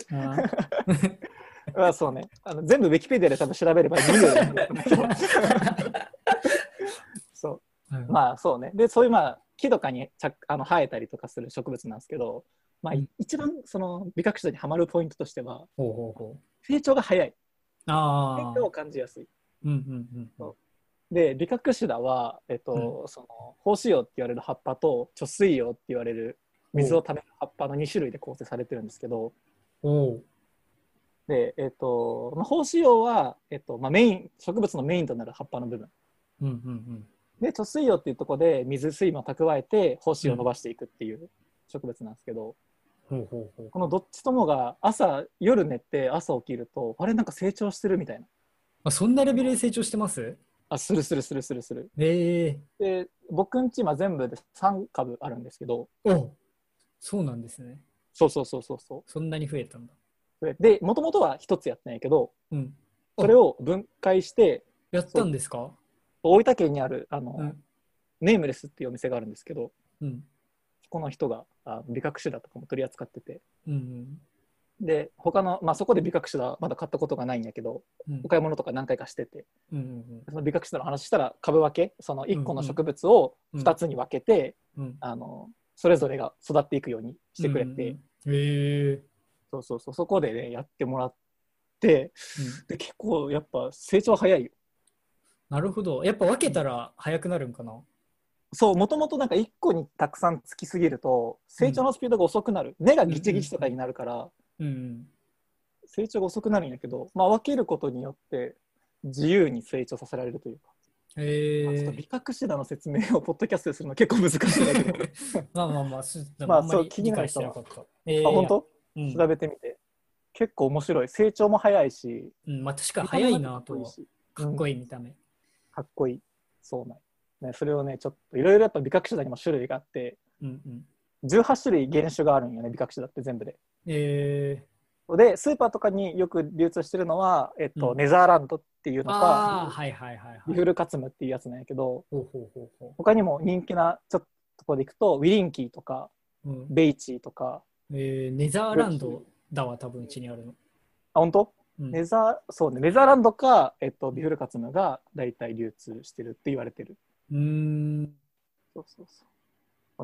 そうね。全部ウィキペディアで多分調べればいいよ。そう。まあそうね。で、そういう木とかに生えたりとかする植物なんですけど、一番そのビカクシダにはまるポイントとしては、成長が早い。成長を感じやすい。で、ビカクシダは、その胞子葉って言われる葉っぱと貯水葉って言われる水をためる葉っぱの2種類で構成されてるんですけど、で、胞子葉は、植物のメインとなる葉っぱの部分。で、貯水葉っていうところで水水分を蓄えて胞子葉を伸ばしていくっていう植物なんですけど、このどっちともが夜寝て朝起きると、あれなんか成長してるみたいな。 そんなレベルで成長してます？ する。で、僕んち今全部で3株あるんですけど。 そうなんですね。 そう。 そんなに増えたんだ。 で、もともとは1つやってないけど、それを分解して。 やったんですか？ 大分県にあるネームレスっていうお店があるんですけど、そこの人がビカクシダとかも取り扱ってて、で他の、そこでビカクシダまだ買ったことがないんやけど、お買い物とか何回かしてて、そのビカクシダの話したら株分け、その1個の植物を2つに分けて、それぞれが育っていくようにしてくれて、そこでねやってもらって、で結構やっぱ成長早いよ。 なるほど。やっぱ分けたら早くなるんかな？ そう、もともとなんか1個にたくさんつきすぎると成長のスピードが遅くなる。根がギチギチとかになるから、成長が遅くなるんやけど、分けることによって自由に成長させられるというか。 ちょっとビカクシダの説明をポッドキャストでするの結構難しいんだけどまあまあそう気になる人は本当、調べてみて結構面白い。成長も早いし、 まあ確か早いなと。かっこいい見た目。 かっこいい。そうなん、ね、それをねちょっといろいろやっぱビカクシダにも種類があって、18種類原種があるんよね、ビカクシダって全部で。でスーパーとかによく流通してるのは、ネザーランドっていうのか、ビフルカツムっていうやつなんやけど、他にも人気なちょっとところでいくとウィリンキーとか、ベイチーとか、 ネザーランドだわ多分うちにあるの。 あ、本当？そうね、ネザーランドか、ビフルカツムがだいたい流通してるって言われてる。そうそうそう。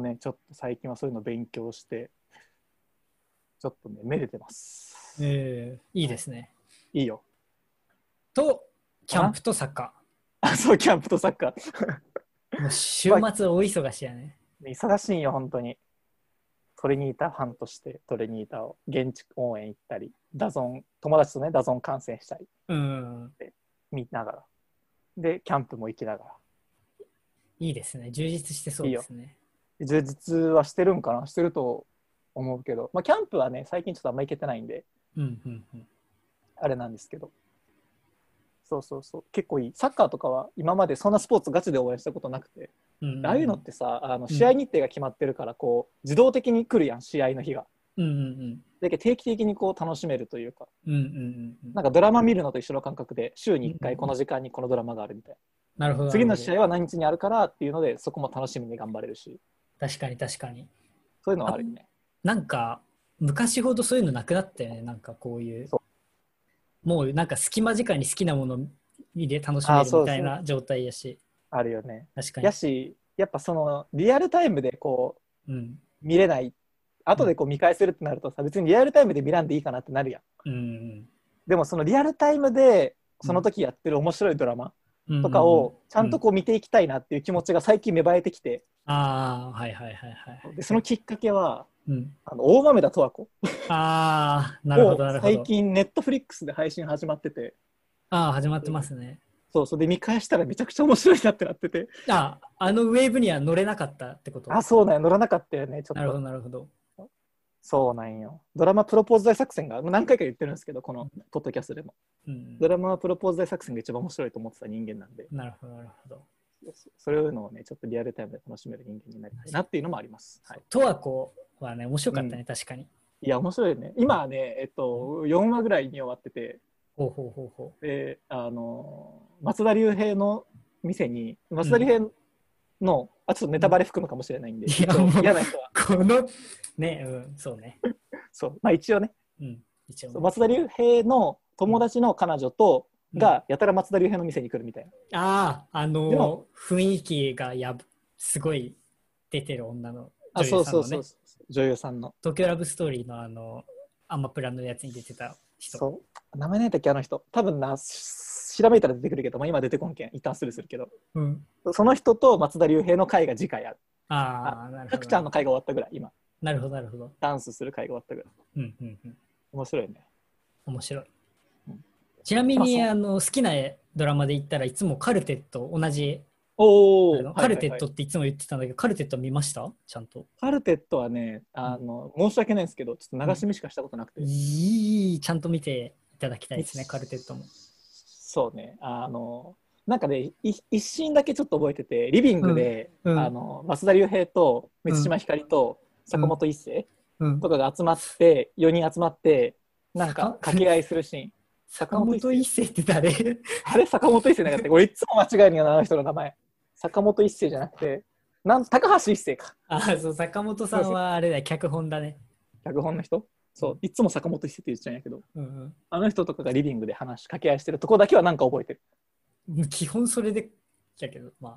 ね、ちょっと最近はそういうの勉強してちょっとねめでてます。 いいですね。 いいよ。 とキャンプとサッカー。そう、キャンプとサッカー。もう週末大忙しやね。 忙しいんよ本当に。トレニータファンとしてトレニータを現地応援行ったり、ダゾン友達とねダゾン観戦したり、で見ながらでキャンプも行きながら。 いいですね。充実してそうですね。 いい充実はしてるんかな、してると思うけど、まあキャンプはね最近ちょっとあんま行けてないんで、あれなんですけど、そうそうそう、結構いい。サッカーとかは今までそんなスポーツガチで応援したことなくて、ああいうのってさ、試合日程が決まってるからこう自動的に来るやん、試合の日が。だけど定期的にこう楽しめるというか、なんかドラマ見るのと一緒の感覚で週に1回この時間にこのドラマがあるみたいな。 なるほど。 次の試合は何日にあるからっていうので、そこも楽しみに頑張れるし。 確かに確かに。 そういうのはあるよね。 なんか昔ほどそういうのなくなったよね。なんかこういうもうなんか隙間時間に好きなもので楽しめるみたいな状態やし。 あるよね。 確かに。 やし、やっぱそのリアルタイムでこう、見れない、後でこう見返せるってなるとさ、別にリアルタイムで見らんでいいかなってなるやん。でもそのリアルタイムでその時やってる面白いドラマとかをちゃんとこう見ていきたいなっていう気持ちが最近芽生えてきて、でそのきっかけは、大豆田十和子なるほどなるほど。 最近ネットフリックスで配信始まってて、 始まってますね。 そう、それで見返したらめちゃくちゃ面白いなってなってて、 あのウェーブには乗れなかったってこと？ そうなんや、乗らなかったよね、ちょっと。 なるほどなるほど。 そうなんよ。ドラマプロポーズ大作戦が何回か言ってるんですけど、このポッドキャストでも、ドラマプロポーズ大作戦が一番面白いと思ってた人間なんで。 なるほどなるほど。 そういうのをねちょっとリアルタイムで楽しめる人間になりたいなっていうのもあります。 十和子はね面白かったね、確かに。 いや面白いね。今はね4話ぐらいに終わってて、で松田龍平の店に松田龍平の、ちょっとネタバレ含むかもしれないんで、嫌な人はこのね、そうね。 そうまあ一応ね、松田龍平の友達の彼女とがやたら松田龍平の店に来るみたいな。雰囲気がすごい出てる女の女優さんのね。 女優さんの東京ラブストーリーのアマプラのやつに出てた人。 そう名前何だっけ、あの人多分な、調べたら出てくるけど、今出てこんけん一旦スルーするけど、その人と松田龍平の会が次回ある。 なるほど。 たくちゃんの会が終わったぐらい今。 なるほどなるほど。 ダンスする会が終わったぐらい。面白いね。 面白い。ちなみに好きなドラマで言ったらいつもカルテット同じ。カルテットっていつも言ってたんだけど、カルテット見ました？ちゃんと。 カルテットはね、申し訳ないんですけど、ちょっと流し見しかしたことなくて。 ちゃんと見ていただきたいですね、カルテットも。 そうね、なんかね、一シーンだけちょっと覚えてて、リビングで、松田龍平と満島ひかりと坂本一生とかが集まって、4人集まって、なんか掛け合いするシーン。 坂本一生って誰？ あれ坂本一生なかった。俺いつも間違えるよな、あの人の名前。坂本一生じゃなくて、高橋一生か。 そう、坂本さんはあれだ、脚本だね。 脚本の人？そう、いつも坂本一生って言っちゃうんやけど、あの人とかがリビングで掛け合いしてるとこだけはなんか覚えてる。 基本それでだけど、そう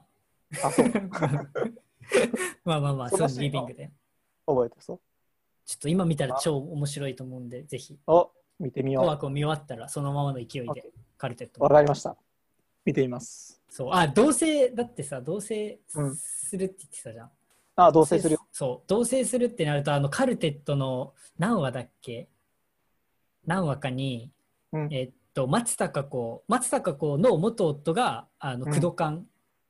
まあそうリビングで覚えてそう。 ちょっと今見たら超面白いと思うんで、ぜひ見てみよう。 枠を見終わったらそのままの勢いでカルテット。 わかりました。見てみます。 そう、同棲だってさ、同棲するって言ってたじゃん。 同棲するよ。 そう、同棲するってなるとカルテットの何話だっけ？何話かに、松たか子の元夫が工藤館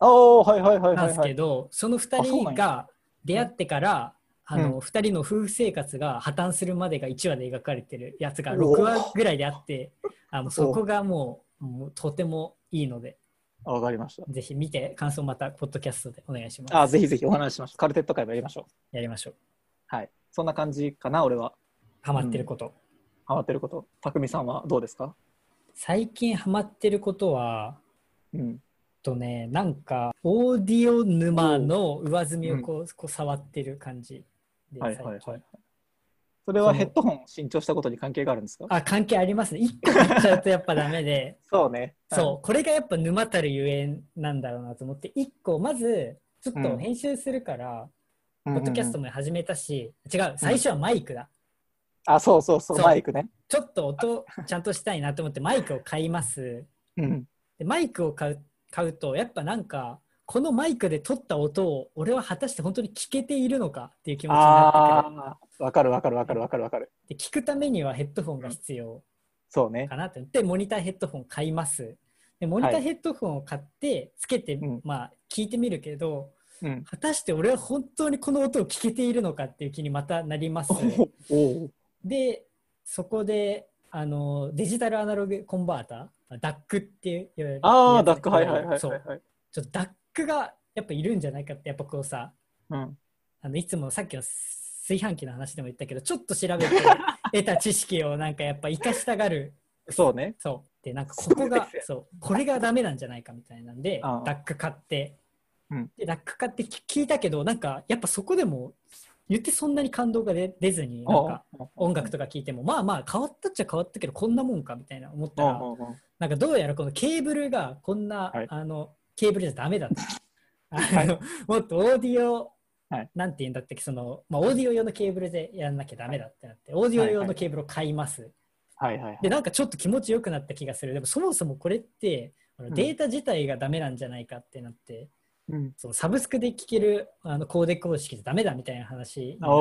なんですけど、その2人が出会ってから2人の夫婦生活が破綻するまでが1話で描かれてるやつが6話ぐらいであって、そこがもうとてもいいので、 わかりました。 ぜひ見て感想またポッドキャストでお願いします。 ぜひぜひお話ししましょう。カルテット会もやりましょう。やりましょう。 はい。そんな感じかな、俺は。 ハマってること。 ハマってること。匠さんはどうですか？ 最近ハマってることは、なんかオーディオ沼の上積みをこう触ってる感じで、 それはヘッドホン新調したことに関係があるんですか？ 関係ありますね。1個買っちゃうとやっぱダメでそうね、 これがやっぱ沼たるゆえんなんだろうなと思って、1個まずちょっと編集するから、ポッドキャストも始めたし、違う、最初はマイクだ。 そうマイクね。 ちょっと音ちゃんとしたいなと思ってマイクを買います。でマイクを買うとやっぱなんかこのマイクで撮った音を俺は果たして本当に聞けているのかっていう気持ちになってくる。 わかる。 で聞くためにはヘッドホンが必要かなって思ってモニターヘッドホン買います。でモニターヘッドホンを買ってつけて、聞いてみるけど、果たして俺は本当にこの音を聞けているのかっていう気にまたなります。でそこでデジタルアナログコンバーター、ダックって言われる。 ダック、 ちょっとダックがやっぱいるんじゃないかって、やっぱこうさ、いつもさっきの炊飯器の話でも言ったけど、ちょっと調べて得た知識をなんかやっぱ生かしたがる。 そうね。 でなんかここがこれがダメなんじゃないかみたいなんで、ダック買って、でダック買って聞いたけど、なんかやっぱそこでも言ってそんなに感動が出ずに、なんか音楽とか聞いてもまあ変わったっちゃ変わったけどこんなもんかみたいな思ったら、なんかどうやらこのケーブルがこんな、ケーブルじゃダメだともっとオーディオ、なんていうんだったっけ、オーディオ用のケーブルでやんなきゃダメだってなって、オーディオ用のケーブルを買います。でなんかちょっと気持ちよくなった気がする。でもそもそもこれってデータ自体がダメなんじゃないかってなって、そのサブスクで聴けるコーデ方式じゃダメだみたいな話になって、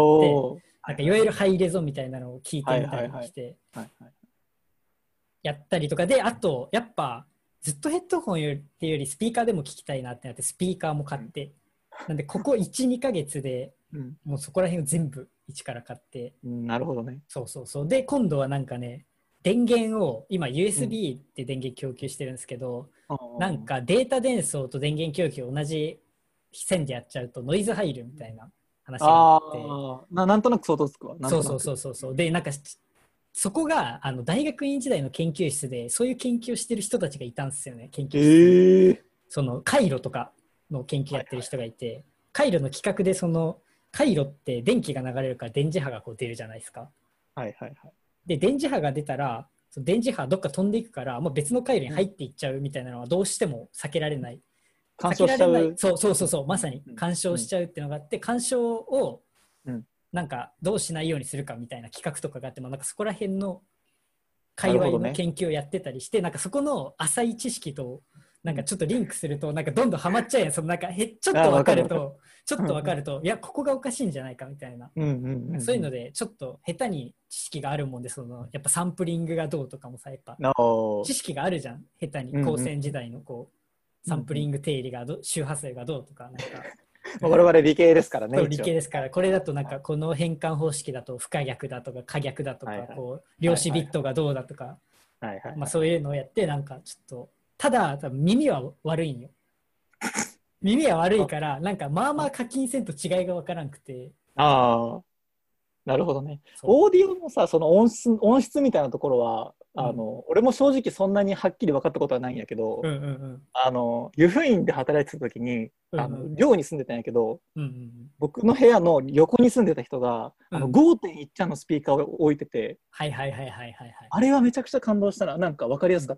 なんかいわゆるハイレゾみたいなのを聞いてみたりしてやったりとかで、あとやっぱずっとヘッドホンっていうよりスピーカーでも聞きたいなってなってスピーカーも買って、なんでここ 1,2 ヶ月でもうそこら辺を全部一から買って、 なるほどね。 そうで今度はなんかね、電源を今 USB って電源供給してるんですけど、なんかデータ伝送と電源供給を同じ線でやっちゃうとノイズ入るみたいな話があって、 なんとなく想像つくわ。 そうでなんかそこが大学院時代の研究室でそういう研究をしてる人たちがいたんですよね。研究室その回路とかの研究やってる人がいて、回路の企画でその回路って電気が流れるから電磁波がこう出るじゃないですか。で電磁波が出たらその電磁波どっか飛んでいくから、別の回路に入っていっちゃうみたいなのはどうしても避けられない。 干渉しちゃう。 そうまさに干渉しちゃうっていうのがあって、干渉をなんかどうしないようにするかみたいな企画とかがあって、なんかそこら辺の界隈の研究をやってたりして、なんかそこの浅い知識となんかちょっとリンクするとなんかどんどんハマっちゃうやん。そのなんかちょっと分かるといやここがおかしいんじゃないかみたいな、そういうのでちょっと下手に知識があるもんで、そのやっぱサンプリングがどうとかもさ、やっぱ知識があるじゃん。下手に高専時代のこうサンプリング定理が周波数がどうとか、なんか我々理系ですからね。 理系ですから、これだとなんかこの変換方式だと不可逆だとか可逆だとか、こう量子ビットがどうだとか、そういうのをやって、なんかちょっとただ多分耳は悪いんよ。耳は悪いからなんかまあ課金せんと違いが分からんくて。 なるほどね。オーディオのさ、その音質みたいなところは俺も正直そんなにはっきり分かったことはないんやけど、湯布院で働いてた時に寮に住んでたんやけど、僕の部屋の横に住んでた人が5.1 ちゃんのスピーカーを置いてて、あれはめちゃくちゃ感動したな。なんか分かりやすかった。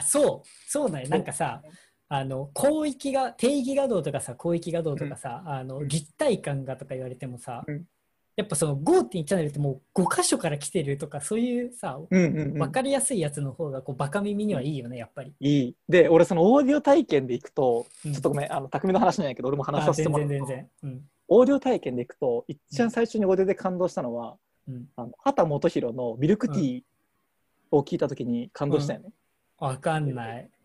そうだよ。なんかさ、広域が定義画像とかさ、広域画像とかさ、立体感がとか言われてもさ、やっぱその 5.1 チャンネルってもう5箇所から来てるとか、そういうさ、分かりやすいやつの方がこうバカ耳にはいいよね、やっぱり。いい。で、俺そのオーディオ体験でいくと、ちょっとごめん、匠の話なんやけど、俺も話させてもらうと、 全然、 オーディオ体験でいくと、一番最初にオーディオで感動したのは、畑基博のミルクティーを聞いたときに感動したよね。 わかんない。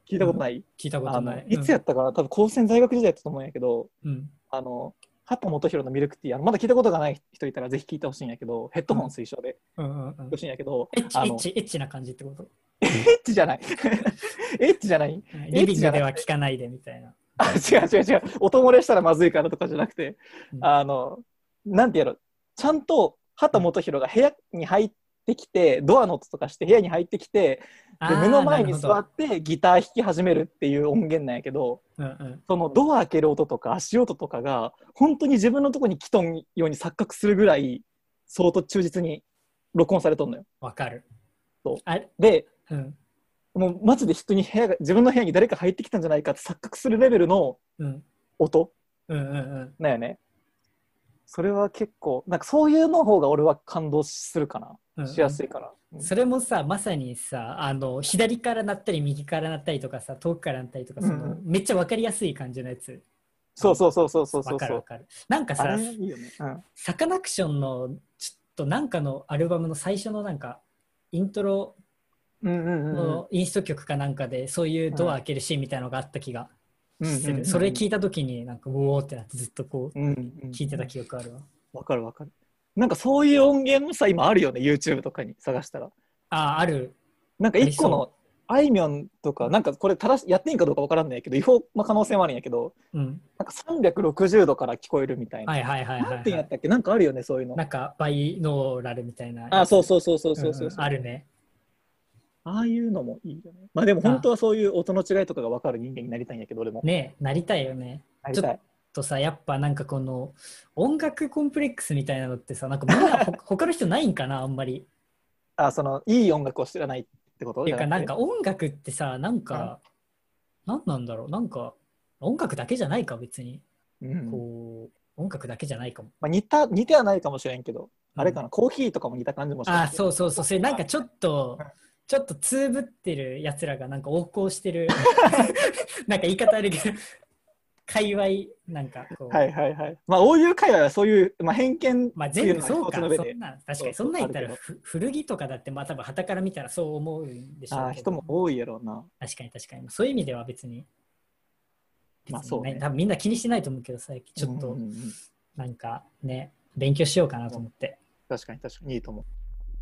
聞いたことない、 聞いたことない。 いつやったかな、多分高専在学時代だったと思うんやけど、 うん畑基博のミルクティー、まだ聞いたことがない人いたらぜひ聞いてほしいんやけど、ヘッドホン推奨でほしいんやけど、 エッチな感じってこと？ エッチじゃないエッチじゃない、 リビングでは聞かないでみたいな。 違う音漏れしたらまずいからとかじゃなくて、なんてやろ、ちゃんと畑基博が部屋に入ってきて、ドアの音とかして部屋に入ってきて、で目の前に座ってギター弾き始めるっていう音源なんやけど、そのドア開ける音とか足音とかが本当に自分のとこに来とんように錯覚するぐらい相当忠実に録音されとんのよ。 わかる。 そうで、もうマジで人に自分の部屋に誰か入ってきたんじゃないかって錯覚するレベルの音だよね。それは結構なんかそういうの方が俺は感動するかな、しやすいから。 それもさ、まさにさ、左から鳴ったり右から鳴ったりとかさ、遠くから鳴ったりとか、めっちゃ分かりやすい感じのやつ。 そう。 分かる。なんかさ、 いいよね、 サカナクションのちょっとなんかのアルバムの最初のなんかイントロのインスト曲かなんかでそういうドア開けるシーンみたいなのがあった気がする。それ聞いた時になんかうおーってなってずっとこう聞いてた記憶あるわ。 わかる。なんかそういう音源もさ今あるよね、 YouTube とかに探したら。 ある。 なんか一個のあいみょんとかなんかこれやっていいかどうかわからんないけど違法の可能性もあるんやけど、なんか360度から聞こえるみたいな。なんてやったっけ、なんかあるよねそういうの。 なんかバイノーラルみたいな。 そう、 あるね。 ああいうのもいいよね。まあでも本当はそういう音の違いとかが分かる人間になりたいんやけど、俺も。 ね、なりたいよね。ちょっとさ、やっぱなんかこの音楽コンプレックスみたいなのってさ、なんかみんな他の人ないんかな、あんまり。 そのいい音楽を知らないってこと？ っていうかなんか音楽ってさ、なんか、なんなんだろう、なんか音楽だけじゃないか、別に。こう音楽だけじゃないかも。 まあ、似てはないかもしれんけど、あれかな、コーヒーとかも似た感じもします。 そう、それなんかちょっとつぶってるやつらがなんか横行してるなんか言い方あるけど界隈なんかこうまあこういう界隈はそういう、まあ、偏見っていうのは一つの上で、確かにそんなん言ったら古着とかだってまあ多分傍から見たらそう思うんでしょうけど、 人も多いやろうな。 確かにそういう意味では別にまあそうね、 多分みんな気にしてないと思うけど、最近ちょっとなんかね勉強しようかなと思って。 確かにいいと思う。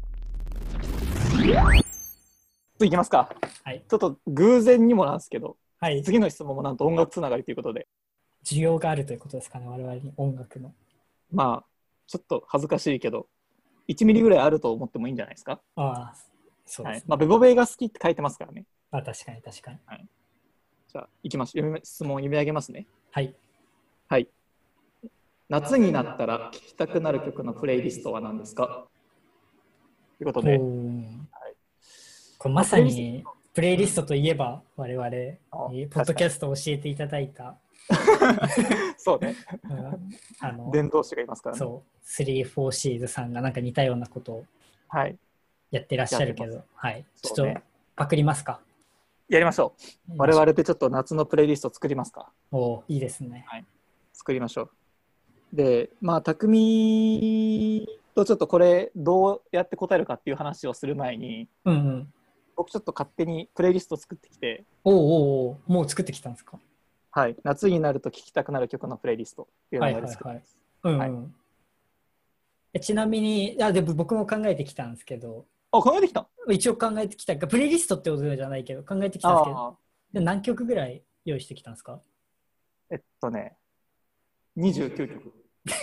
次いきますか。ちょっと偶然にもなんですけど、次の質問もなんと音楽つながりということで。 需要があるということですかね、我々に音楽の。 まあちょっと恥ずかしいけど1ミリぐらいあると思ってもいいんじゃないですか。 そうですね。 まあベボベイが好きって書いてますからね。 確かに。 じゃあいきます。質問読み上げますね。 はい。 夏になったら聴きたくなる曲のプレイリストは何ですかということで、 これまさにプレイリストといえば我々ポッドキャストを教えていただいたそうね、伝道師がいますからね。 そう、3-4シーズさんがなんか似たようなことをやってらっしゃるけど、ちょっとパクりますか。 やりましょう。我々でちょっと夏のプレイリスト作りますか。 いいですね。 作りましょう。で、まあ匠とちょっとこれどうやって答えるかっていう話をする前に、僕ちょっと勝手にプレイリスト作ってきて。 もう作ってきたんですか。 夏になると聴きたくなる曲のプレイリストっていうのを作ってます。 ちなみにでも僕も考えてきたんですけど。 考えてきた？ 一応考えてきた。プレイリストってことじゃないけど考えてきたんですけど。で何曲ぐらい用意してきたんですか ？29曲。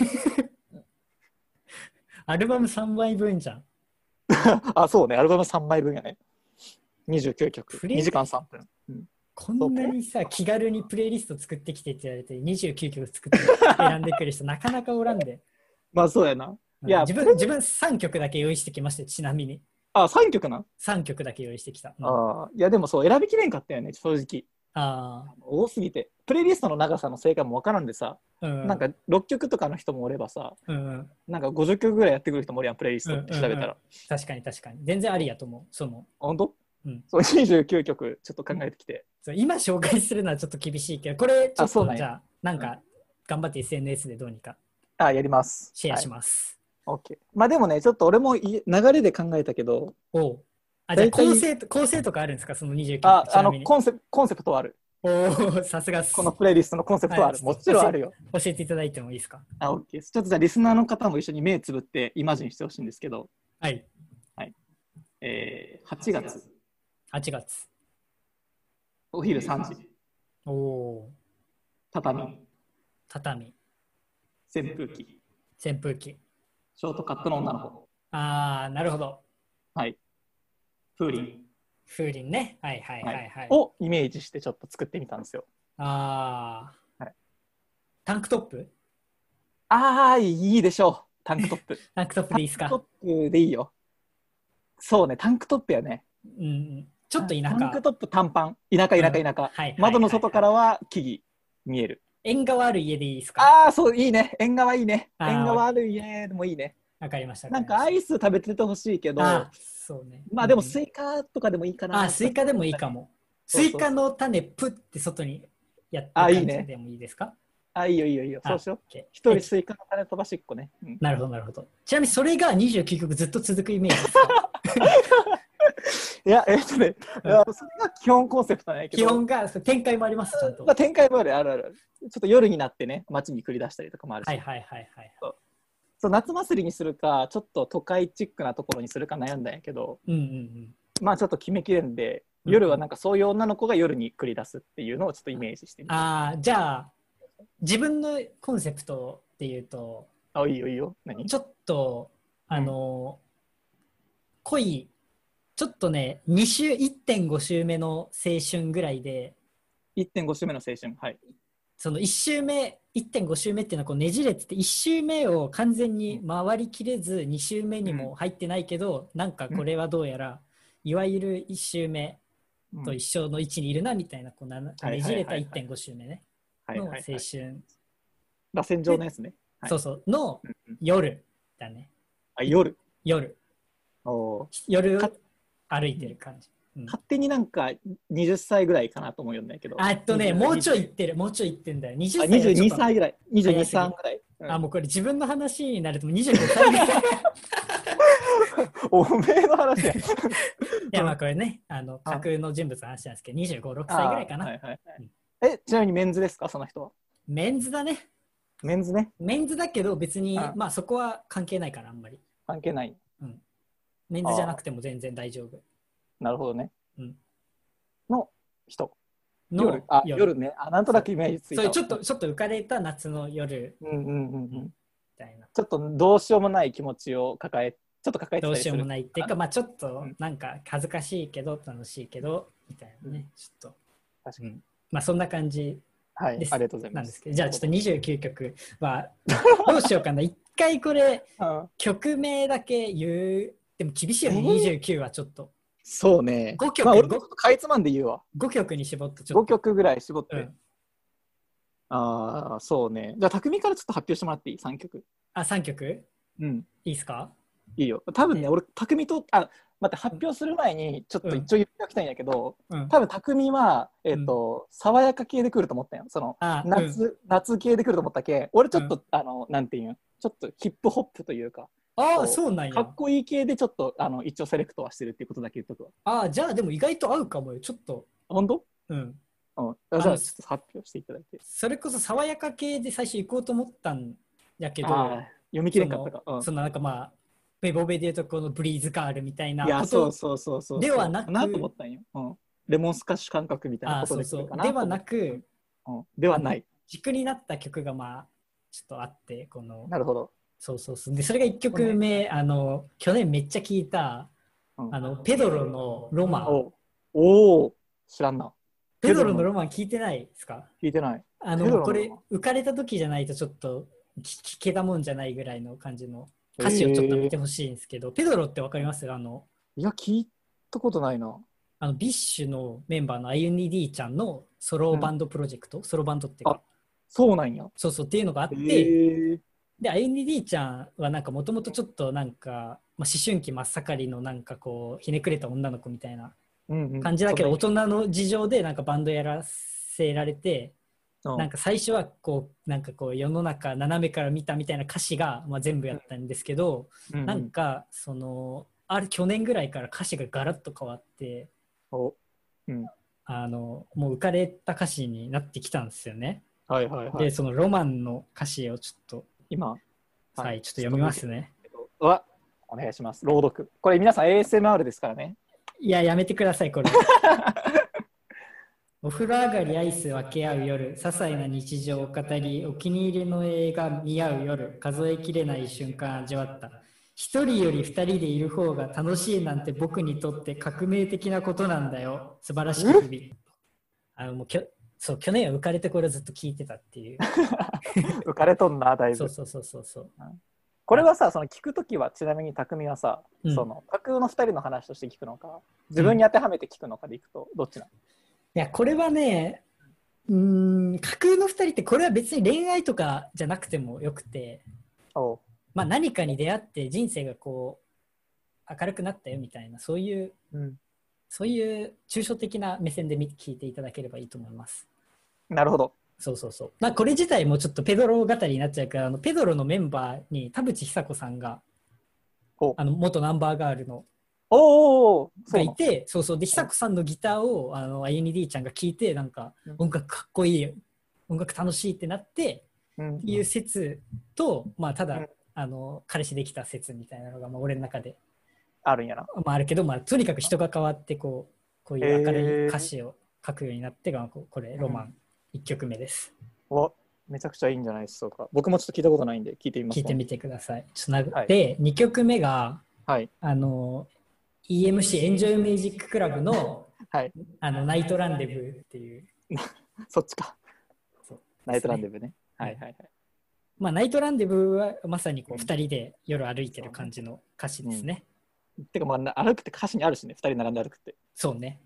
アルバム3枚分じゃん。 そうね、アルバム3枚分やね。29曲。2時間3分。 こんなにさ、気軽にプレイリスト作ってきてって言われて、29曲作って選んでくる人、なかなかおらんで。 まあそうやな。 いや、自分3曲だけ用意してきました、ちなみに。 3曲な ?3 曲だけ用意してきた。 いや、でもそう、選びきれんかったよね、正直。多すぎて。プレイリストの長さの正解も分からんでさ、なんか6曲とかの人もおればさ、なんか50曲ぐらいやってくる人もおるやん、プレイリストって調べたら。 確かに。全然ありやと思う。 本当？そう29曲ちょっと考えてきて。 今紹介するのはちょっと厳しいけど、これちょっとじゃあ、なんか頑張って SNS でどうにかやります。 シェアします。 OK。まあでもね、ちょっと俺も流れで考えたけど、 じゃあ構成とかあるんですか、その29曲。 コンセプトはある。 おさすが。 このプレイリストのコンセプトはある。もちろんあるよ。 教えていただいてもいいですか。 OK です。ちょっとじゃあリスナーの方も一緒に目つぶってイマジンしてほしいんですけど。 はい。 はい。8月。 8月。 お昼3時。 おお。 畳。扇風機。ショートカットの女の子。 ああ、なるほど。 はい。風鈴ね。はい。 をイメージしてちょっと作ってみたんですよ。 ああ。はい。 タンクトップ？ いいでしょう。タンクトップ。 タンクトップでいいですか？ タンクトップでいいよ。そうね、タンクトップやね。 うん。ちょっと田舎。 タンクトップ短パン。田舎。窓の外からは木々見える。 縁側ある家でいいですか？ そう、いいね。縁側いいね。縁側ある家でもいいね。 わかりました。 なんかアイス食べててほしいけど、 そうね。 まあでもスイカとかでもいいかな。 スイカでもいいかも。スイカの種プッて外にやって感じでもいいですか？ いいよ。そうしよう。一人スイカの種飛ばしっこね。 なるほど。ちなみにそれが29曲ずっと続くイメージですか？ いや、それが基本コンセプトなんやけど。 基本が展開もあります、ちゃんと。 展開もある。ちょっと夜になってね、街に繰り出したりとかもあるし。 はい。 そう、夏祭りにするか、ちょっと都会チックなところにするか悩んだんやけど、まあちょっと決めきれんで、夜はなんかそういう女の子が夜に繰り出すっていうのをちょっとイメージしてみて。 じゃあ、自分のコンセプトっていうと、 いいよ。何？ ちょっと、濃い、ちょっとね、1.5週目の青春ぐらいで、 1.5 週目の青春、はい。 その1.5週目っていうのはこうねじれてて、1週目を完全に回りきれず、2週目にも入ってないけど、なんかこれはどうやら、いわゆる1週目と一緒の位置にいるなみたいな、こうねじれた 1.5 週目ね、の青春。 螺旋状のやつね。 そうの夜だね。 夜。 夜歩いてる感じ。 勝手になんか20歳ぐらいかなと思うんだけど。 もうちょいいってるんだよ。 22歳ぐらい。22、3ぐらい。 もうこれ自分の話になると25歳ぐらい。 おめえの話や。いや、まあこれね、架空の人物の話なんですけど、25、6歳ぐらいかな。 ちなみにメンズですか、その人は？ メンズだね。 メンズね。 メンズだけど別に、まあそこは関係ないから、あんまり。 関係ない。 メンズじゃなくても全然大丈夫。 なるほどね。の人。夜ね。 なんとなくイメージついた。 ちょっと浮かれた夏の夜。みたいな。 ちょっとどうしようもない気持ちを抱えてどうしようもないっていうか、まあちょっとなんか恥ずかしいけど楽しいけどみたいなね。ちょっと。 確かに。 まあそんな感じはい。ありがとうございます。 なんですけど、じゃあちょっと29曲はどうしようかな。一回これ曲名だけ言う。でも厳しいよね。29はちょっと。 そうね。 5曲。 俺もかいつまんで言うわ。 5曲に絞ってちょっと。 5曲ぐらい絞って。そうね。じゃあ、匠からちょっと発表してもらっていい？ 3 曲。 3曲？ いいいですか？ いいよ。多分ね、俺、匠と、待って、発表する前に、ちょっと一応言っておきたいんやけど、多分匠は、爽やか系で来ると思ったよ。その、夏系で来ると思ったけ、俺ちょっと、なんていうん、ちょっとヒップホップというか、 そうなんや。 かっこいい系でちょっと一応セレクトはしてるっていうことだけ言っとくわ。じゃあでも意外と合うかもよ。ちょっと。 本当？じゃあちょっと発表していただいて。 それこそ爽やか系で最初行こうと思ったんやけど、 読み切れんかったか。 そのなんかまあベボベで言うとこのブリーズガールみたいなことではなく、 なと思ったんよ。レモンスカッシュ感覚みたいなことでではなく、 ではない。 軸になった曲がまあちょっとあってこの。 なるほど。 でそれが1曲目、去年めっちゃ聴いた、ペドロのロマン。 知らんな。 ペドロのロマン聞いてないですか？ 聞いてない。 これ浮かれた時じゃないとちょっと聞けたもんじゃないぐらいの感じの歌詞をちょっと見てほしいんですけど、ペドロってわかります？いや聞いたことないな。 ビッシュのメンバーのアユニディちゃんのソロバンドプロジェクト、ソロバンドっていうか、 そうなんや。 そうっていうのがあって、でアユニディちゃんはなんかもともとちょっとなんか、思春期真っ盛りのなんかこうひねくれた女の子みたいな感じだけど、大人の事情でなんかバンドやらせられて、なんか最初はこうなんかこう世の中斜めから見たみたいな歌詞が、まあ、全部やったんですけど、なんかそのある去年ぐらいから歌詞がガラッと変わって、 もう浮かれた歌詞になってきたんですよね。 はいはいはい。 でそのロマンの歌詞をちょっと今、 はい、ちょっと読みますね。 お願いします。朗読。これ皆さん ASMR ですからね。 いや、やめてくださいこれ。お風呂上がりアイス分け合う夜、些細な日常を語り、お気に入りの映画見合う夜、数えきれない瞬間味わった。一人より二人でいる方が楽しいなんて僕にとって革命的なことなんだよ。素晴らしき日々。もうそう、去年は浮かれてこれをずっと聞いてたっていう。 浮かれとんな、だいぶ。 そう。 これはさ、その聞くときは、ちなみに匠はさ、その架空の2人の話として聞くのか、自分に当てはめて聞くのかでいくと、どっちなの？ いや、これはね、架空の2人ってこれは別に恋愛とかじゃなくてもよくて、まあ、何かに出会って人生がこう明るくなったよみたいなそういう抽象的な目線で聞いていただければいいと思います。 なるほど。 そう。まあ、これ自体もちょっとペドロ語りになっちゃうから、ペドロのメンバーに田淵久子さんが元ナンバーガールのがいて、そうで久子さんのギターをあゆに D ちゃんが聴いて、なんか音楽かっこいい、音楽楽しいってなって、っていう説と、まあ、ただ、彼氏できた説みたいなのが、まあ、俺の中であるんやな。 まあ、あるけど、まあ、とにかく人が変わってこういう明るい歌詞を書くようになって、これロマン1曲目です。 めちゃくちゃいいんじゃないでしょうか。僕もちょっと聞いたことないんで聞いてみます。 聞いてみてください。で2曲目が、EMC エンジョイミュージッククラブの、ナイトランデブーっていうそっちか。ナイトランデブーね。 まあ、ナイトランデブーはまさにこう2人で夜歩いてる感じの歌詞ですね。 てか、まあ、歩くって歌詞にあるしね、2人並んで歩くって。 そうね。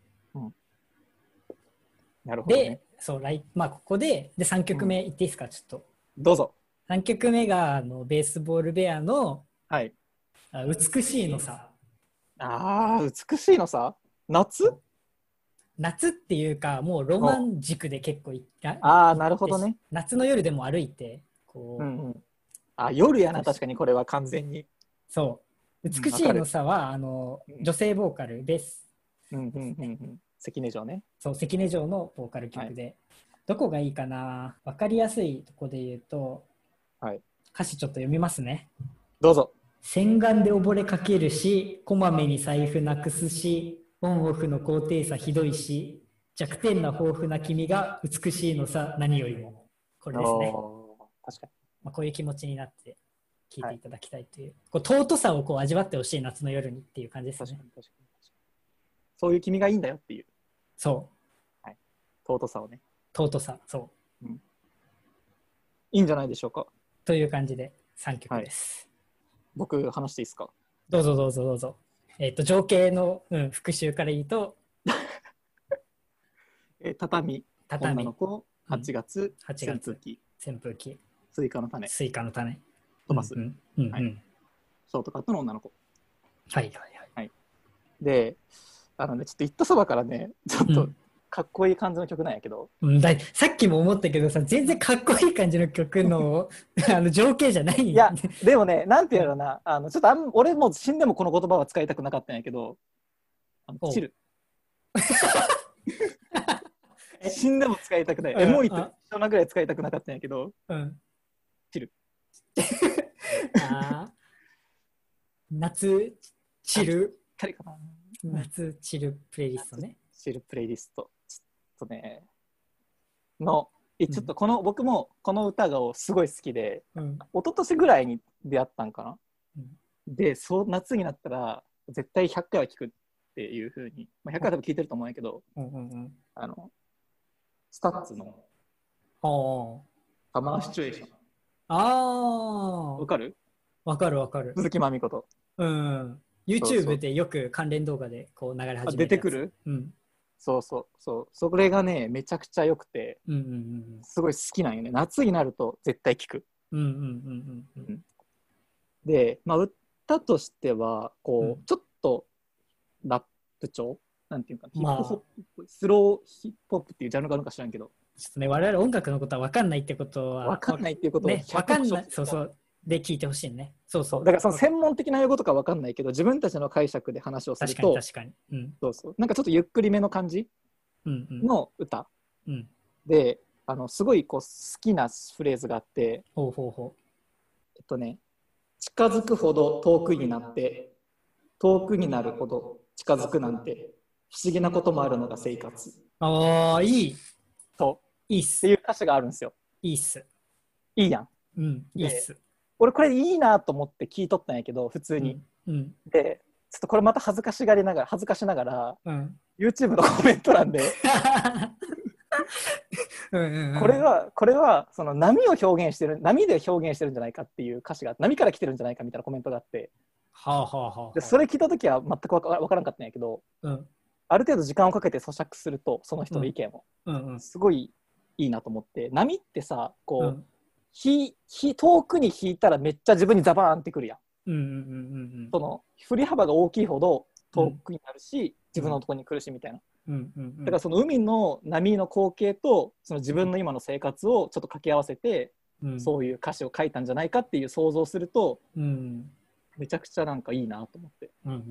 なるほど、ね。 で、まあ、ここで3曲目いっていいですか、ちょっと。 どうぞ。 3曲目がベースボールベアの、美しいのさ。 美しいのさ。夏っていうか、もうロマン軸で結構なるほどね。 夏の夜でも歩いてこう、 夜やな、確かにこれは完全に。 そう。美しいのさは女性ボーカルベース、 関根城ね。 そう、関根城のボーカル曲で、どこがいいかな。分かりやすいとこで言うと、歌詞ちょっと読みますね。 どうぞ。 洗顔で溺れかけるし、こまめに財布なくすし、オンオフの高低差ひどいし、弱点な豊富な君が美しいのさ、何よりも。これですね。 確かに。 まあ、こういう気持ちになって聴いていただきたいという、こう尊さをこう味わってほしい夏の夜にっていう感じですね。確かにそういう君がいいんだよっていう。 そう。 尊さをね。 尊さ、そう、 いいんじゃないでしょうか。 という感じで3曲です。 僕話していいですか。 どうぞ。情景の、復習から言うと畳女の子、8月、扇風機、スイカの種、トマス、ショートカットの女の子。で、ちょっと言ったそばからね、ちょっとかっこいい感じの曲なんやけど、 さっきも思ったけどさ、全然かっこいい感じの曲の情景じゃない。 いや、でもね、なんていうのな、ちょっと俺もう死んでもこの言葉は使いたくなかったんやけど、チル。死んでも使いたくない。エモいと一緒なぐらい使いたくなかったんやけど、チル。 夏チル。 誰かな。 夏チルプレイリストね。 チルプレイリスト。ちょっとね、ちょっと僕もこの歌がすごい好きで、一昨年ぐらいに出会ったんかな。で、夏になったら絶対100回は聴くっていう風に、100回は多分聴いてると思うんやけど、スタッツのサマーシチュエーション。わかる？ わかる。 鈴木まみこと。 YouTube でよく関連動画でこう流れ始めた出てくる？そう。それがね、めちゃくちゃ良くて、すごい好きなんよね。夏になると絶対聴く。で、まあ、歌としてはこう、ちょっとラップ調なんていうか、ヒップホップ、スローヒップホップっていうジャンルがあるのか知らんけど、 ちょっとね、我々音楽のことは分かんないってことは分かんないっていうことをね、分かんない、そうで聞いてほしいね。そうそう。 だからその専門的な用語とか分かんないけど、自分たちの解釈で話をすると、 確かに。うん、 そうそう。なんかちょっとゆっくりめの感じの歌、 うんうん、 で、すごいこう好きなフレーズがあって、 ほうほうほう。 近づくほど遠くになって、遠くになるほど近づくなんて、不思議なこともあるのが生活。 ああ、いい。 いいっす。っていう歌詞があるんですよ。 いいっす。 いいやん。 うん、いいっす。 俺これいいなと思って聞いとったんやけど、普通に。で、ちょっとこれまた恥ずかしながら、YouTube のコメント欄でこれはその波で表現してるんじゃないかっていう歌詞が、波から来てるんじゃないかみたいなコメントがあって、でそれ聞いた時は全く分からんかったんやけど、ある程度時間をかけて咀嚼すると、その人の意見を、すごいいいなと思って。波ってさ、こう、遠くに引いたらめっちゃ自分にザバーンってくるやん。その振り幅が大きいほど遠くになるし、自分のところに来るしみたいな。だからその海の波の光景とその自分の今の生活をちょっと掛け合わせて、そういう歌詞を書いたんじゃないかっていう想像すると、めちゃくちゃなんかいいなと思って。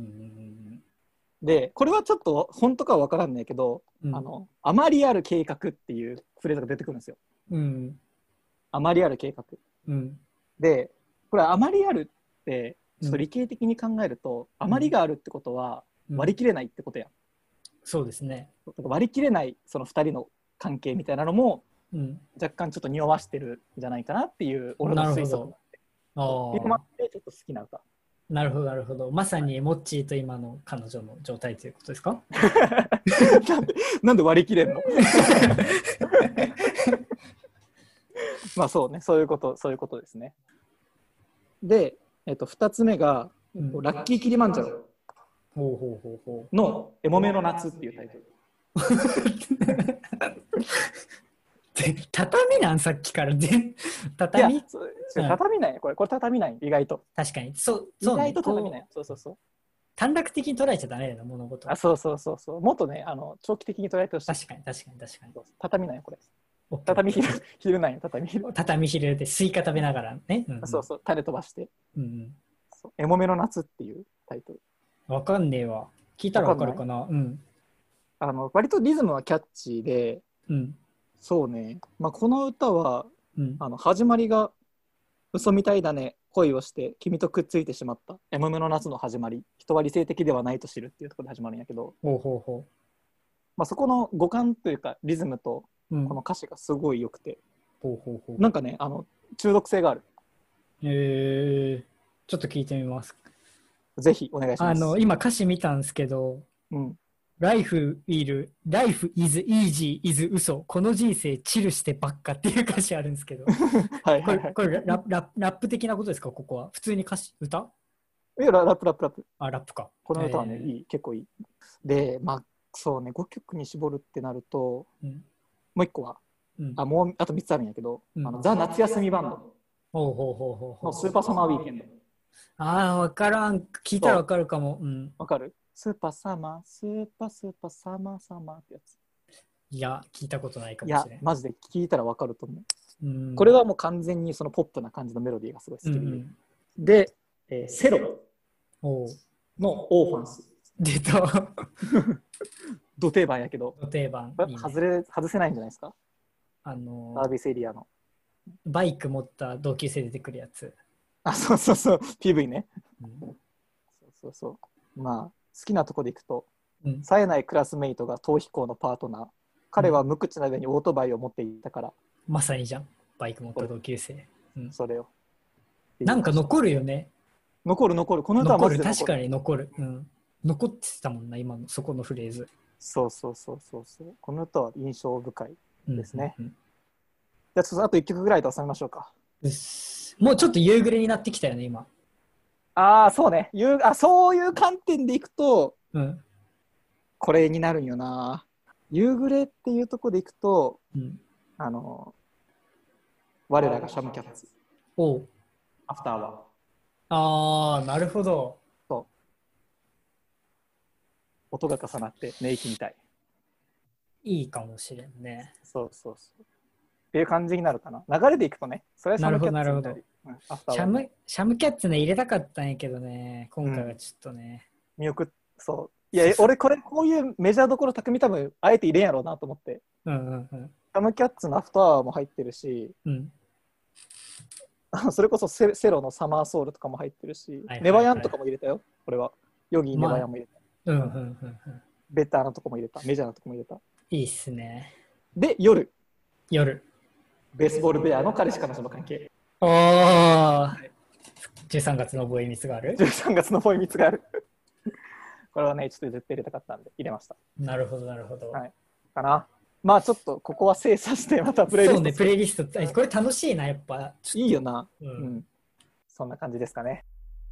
でこれはちょっと本当かは分からんねんけど、あまりある計画っていうフレーズが出てくるんですよ。あまりある計画。でこれあまりあるってちょっと理系的に考えると、あまりがあるってことは割り切れないってことやん。 そうですね。 割り切れないその2人の関係みたいなのも、若干ちょっと匂わしてるんじゃないかなっていう俺の推測があって、ちょっと好きな歌。 なるほどなるほど。まさにモッチーと今の彼女の状態ということですか？ なんで割り切れんの？まあそうね、そういうことですね。で、2つ目が、ラッキーキリマンジャロのエモメの夏っていうタイトル。 畳なんさっきから畳？ 畳ないこれ畳ない意外と。 確かに意外と畳ない。そう短絡的に捉えちゃダメだよな物事。 そうもっとね長期的に捉えてほしい。 確かに畳ないこれ。畳昼なんよ。 畳昼でスイカ食べながらね。 そう種飛ばして。エモメの夏っていうタイトル。 わかんねえわ。聞いたらわかるかな。 割とリズムはキャッチーで、そうね、この歌は、始まりが嘘みたいだね、恋をして君とくっついてしまった、エモメの夏の始まり、人は理性的ではないと知るっていうところで始まるんやけど、そこの語感というかリズムとこの歌詞がすごい良くて、なんかね中毒性がある。 ちょっと聞いてみます。 ぜひお願いします。 今歌詞見たんですけど、Life is easy is 嘘。この人生チルしてばっかっていう歌詞あるんですけど。これラップ的なことですか？ここは普通に歌？ いやラップ。 あ、ラップか。 この歌はね、結構いい。で、そうね、5曲に絞るってなると、もう1個は、あと3つあるんやけど、ザ・夏休みバンドのスーパーサマーウィーケンド。 わからん。聞いたらわかるかも。 わかる？スーパーサマーってやつ。 いや、聞いたことないかもしれない。 いや、マジで聞いたらわかると思う。これはもう完全にそのポップな感じのメロディーがすごい好きで。で、セロのオーファンス。 出た。 ド定番やけど。 ド定番。 外せないんじゃないですか？サービスエリアの。 バイク持った同級生出てくるやつ。 そう。PV ね。そう。好きなとこでいくと、冴えないクラスメイトが逃避行のパートナー。彼は無口な上にオートバイを持っていたから。 まさにじゃん。バイク持った同級生。 それを。 なんか残るよね。 残る。この歌はマジで確かに残る。残ってたもんな、今のそこのフレーズ。 そう。この歌は印象深いですね。じゃああと1曲ぐらいで収めましょうか。 もうちょっと夕暮れになってきたよね、今。 そうね。そういう観点でいくと、これになるんよな。夕暮れっていうところでいくと、我らがシャムキャッツ。アフターは。 なるほど。 そう。音が重なって寝息みたい。 いいかもしれんね。 そう。っていう感じになるかな。流れでいくとね。それはシャムキャッツになる。 シャムキャッツね入れたかったんやけどね、今回はちょっとね。 見送っそう。いや、俺こういうメジャーどころ匠多分あえて入れんやろうなと思って。シャムキャッツのアフターアワーも入ってるし、それこそセロのサマーソウルとかも入ってるし、ネバヤンとかも入れたよ、これは。ヨギーネバヤンも入れた。ベターなとこも入れた。メジャーなとこも入れた。 いいっすね。 で、夜。 ベースボールベアの彼氏彼女の関係。 13月のボーイミツがある。 13月のボーイミツがある。これはね、ちょっと絶対入れたかったんで入れました。 なるほど。 はい。かな。まあちょっとここは精査してまたプレイリスト。 そうね、プレイリスト。これ楽しいな、やっぱ。 いいよな。そんな感じですかね。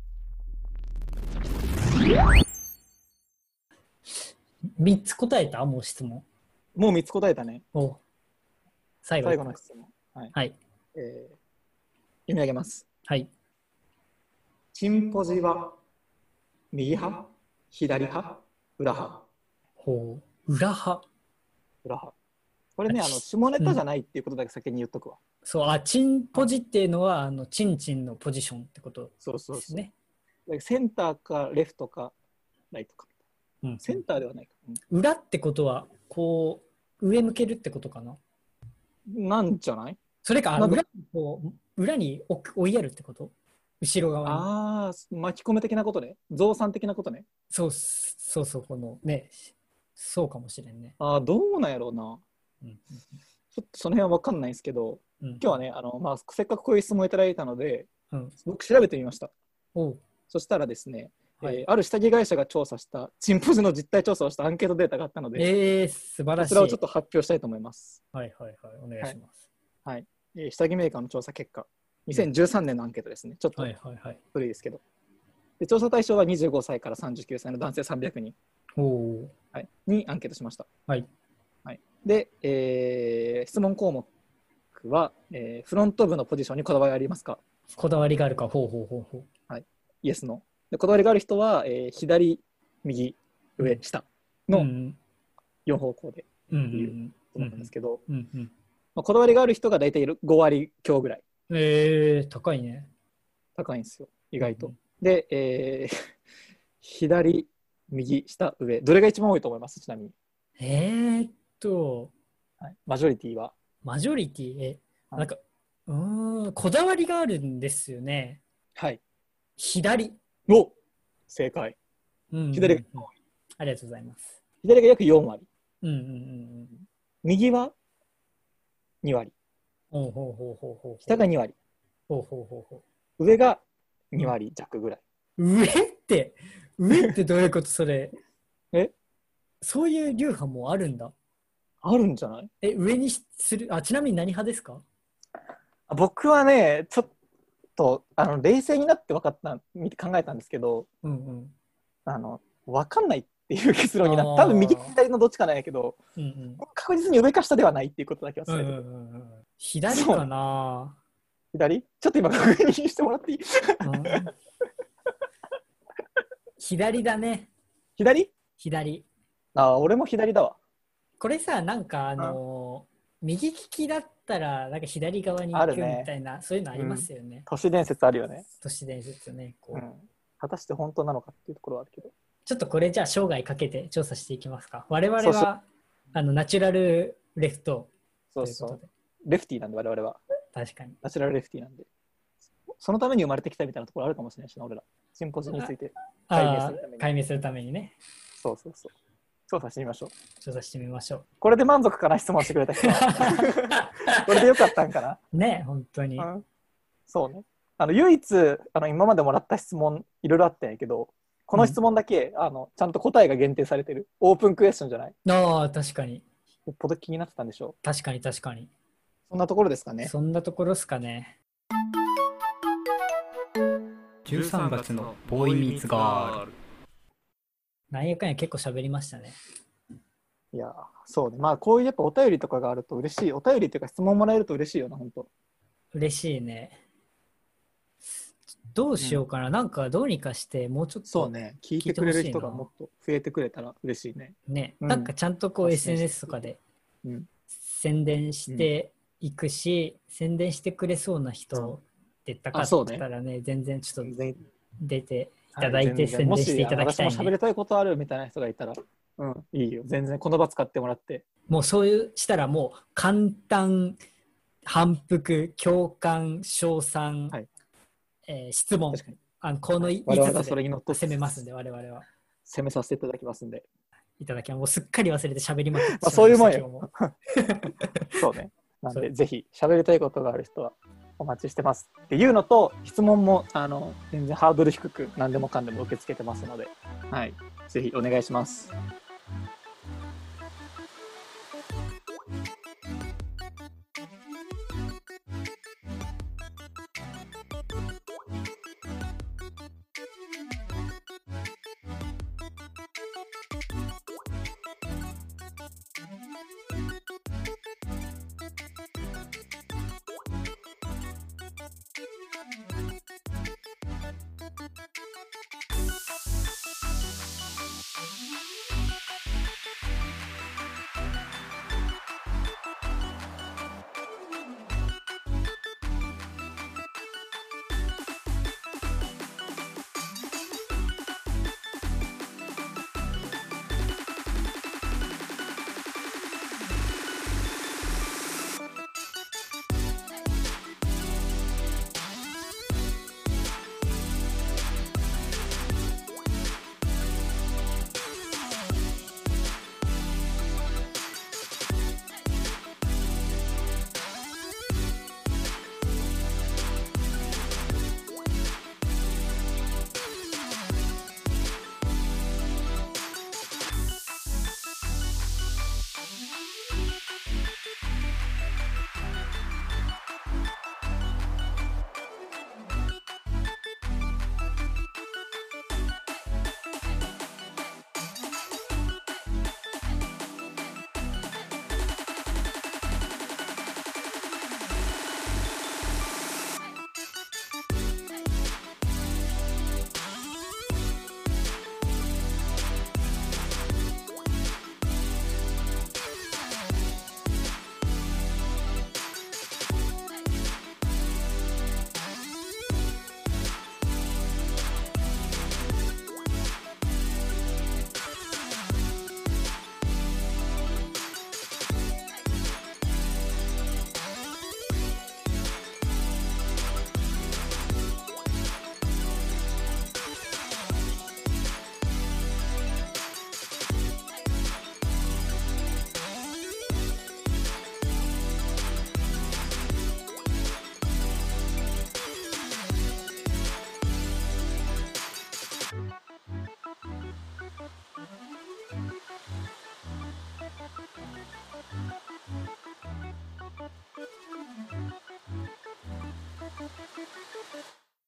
3つ答えた？もう質問。 もう3つ答えたね。 最後の質問。 はい。 読み上げます。 はい。 チンポジは右派、左派、裏派。 裏派。 これね、下ネタじゃないっていうことだけ先に言っとくわ。 そう、チンポジっていうのは、チンチンのポジションってことですね。 センターかレフトかライトか。センターではないか。 裏ってことは、こう、上向けるってことかな？ なんじゃない？ それか、裏に追いやるってこと？後ろ側に。巻き込む的なことね。増産的なことね。 そう、このね、そうかもしれんね。 どうなんやろうな。ちょっとその辺は分かんないですけど、今日はね、せっかくこういう質問いただいたので、僕調べてみました。そしたらですね、ある下着会社が調査したチンポジの実態調査をしたアンケートデータがあったので、 素晴らしい。 それをちょっと発表したいと思います。 お願いします。 下着メーカーの調査結果、2013年のアンケートですね。ちょっと古いですけど。で調査対象は25歳から39歳の男性300人にアンケートしました。で、質問項目は、フロント部のポジションにこだわりありますか？ こだわりがあるか、 イエスの。でこだわりがある人は、左、右、上、下の4方向でいうことなんですけど、こだわりがある人が大体5割強ぐらい。 高いね。 高いんですよ、意外と。で、左、右、下、上、どれが一番多いと思います？ちなみに。マジョリティは？ マジョリティ、なんか、こだわりがあるんですよね。左。 正解。 左が多い。ありがとうございます。 左が約4割。右は2割。下が2割。上が2割弱ぐらい。 上ってどういうこと？それ。そういう流派もあるんだ。 あるんじゃない？ 上にする。ちなみに何派ですか？ 僕はね、ちょっと冷静になって考えたんですけど、分かんないっていう結論になって、多分右左のどっちかなんやけど、確実に上か下ではないっていうことだけは伝えてる。 左かな？ 左？ちょっと今確認してもらっていい？ 左だね。 左？俺も左だわ。 これさ、なんか右利きだったらなんか左側に行くみたいな、そういうのありますよね。 都市伝説あるよね。 都市伝説ね。 果たして本当なのかっていうところはあるけど。 ちょっとこれじゃあ生涯かけて調査していきますか。我々はナチュラルレフトということで。 レフティーなんで我々は。 確かに。 ナチュラルレフティーなんで。そのために生まれてきたみたいなところあるかもしれないしな、俺ら。チンポジについて解明するためにね。 そう。調査してみましょう。 調査してみましょう。 これで満足かな、質問してくれた人は。これでよかったんかな。 ね、本当に。 そうね。唯一今までもらった質問いろいろあったんやけど、この質問だけ、ちゃんと答えが限定されてる。オープンクエスチョンじゃない？ 確かに。 よっぽど気になってたんでしょう。 確かに。 そんなところですかね。 そんなところですかね。 13月のボーイミーツガール。 なんやかんや結構喋りましたね。 いや、そうね。こういうやっぱお便りとかがあると嬉しい。お便りっていうか質問もらえると嬉しいよな、本当。 嬉しいね。どうしようかな。なんかどうにかしてもうちょっとそうね。聞いてくれる人がもっと増えてくれたら嬉しいね。 なんかちゃんとこう SNS とかで宣伝していくし、宣伝してくれそうな人出たかったらね、全然ちょっと出ていただいて宣伝していただきたい、ね。 もし私も喋りたいことあるみたいな人がいたら、いいよ。全然この場使ってもらって。 もうそういうしたらもう簡単、反復、共感、称賛、質問、この5つで攻めますんで、我々は。 攻めさせていただきますんで。 いただきます。もうすっかり忘れて喋りまくってしまいました。 そういうもんよ。そうね。なんで、ぜひ喋りたいことがある人はお待ちしてますっていうのと、質問も全然ハードル低く何でもかんでも受け付けてますので、はい、ぜひお願いします。